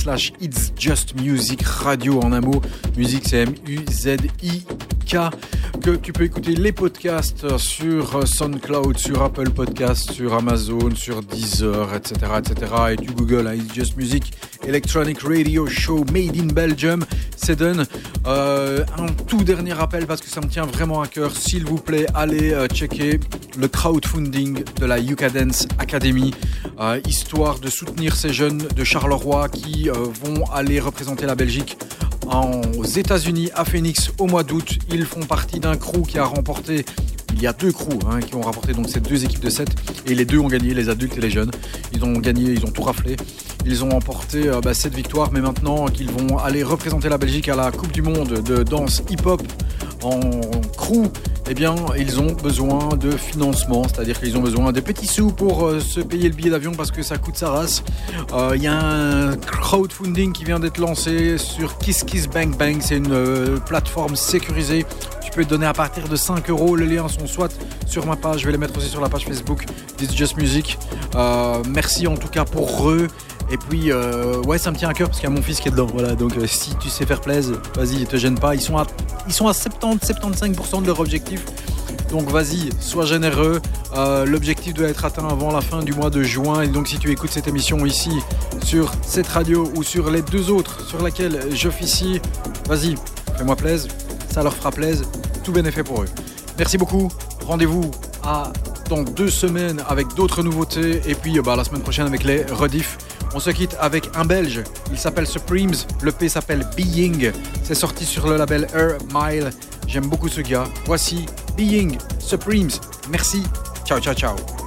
www.facebook.com/It's Just Music Radio en un mot. Musique c'est MUZIK. que tu peux écouter les podcasts sur SoundCloud, sur Apple Podcasts, sur Amazon, sur Deezer, etc. Et tu googles It's Just Music Electronic Radio Show Made in Belgium. C'est done. Un tout dernier rappel parce que ça me tient vraiment à cœur. S'il vous plaît, allez checker le crowdfunding de la Yuka Dance Academy, histoire de soutenir ces jeunes de Charleroi qui vont aller représenter la Belgique aux États-Unis à Phoenix au mois d'août. Ils font partie d'un crew qui a remporté. Il y a 2 crews qui ont rapporté donc ces 2 équipes de 7 et les 2 ont gagné, les adultes et les jeunes. Ils ont gagné, ils ont tout raflé. Ils ont emporté 7 victoires, mais maintenant qu'ils vont aller représenter la Belgique à la Coupe du Monde de danse hip-hop en crew, eh bien, ils ont besoin de financement, c'est-à-dire qu'ils ont besoin des petits sous pour se payer le billet d'avion parce que ça coûte sa race. Il y a un crowdfunding qui vient d'être lancé sur KissKissBankBank, c'est une plateforme sécurisée. Tu peux te donner à partir de 5 €. Les liens sont soit sur ma page, je vais les mettre aussi sur la page Facebook d'It's Just Music. Merci en tout cas pour eux. Et puis, ouais, ça me tient à cœur parce qu'il y a mon fils qui est dedans. Voilà, donc si tu sais faire plaisir, vas-y, te gêne pas. Ils sont à 70-75% de leur objectif. Donc vas-y, sois généreux. L'objectif doit être atteint avant la fin du mois de juin. Et donc si tu écoutes cette émission ici, sur cette radio ou sur les 2 autres sur lesquelles j'officie, vas-y, fais-moi plaisir. Ça leur fera plaisir. Tout bénéfice pour eux. Merci beaucoup. Rendez-vous dans 2 semaines avec d'autres nouveautés. Et puis la semaine prochaine avec les rediffs. On se quitte avec un Belge, il s'appelle Supremes, le P s'appelle Being, c'est sorti sur le label Air Mile, j'aime beaucoup ce gars. Voici Being, Supremes, merci, ciao ciao ciao.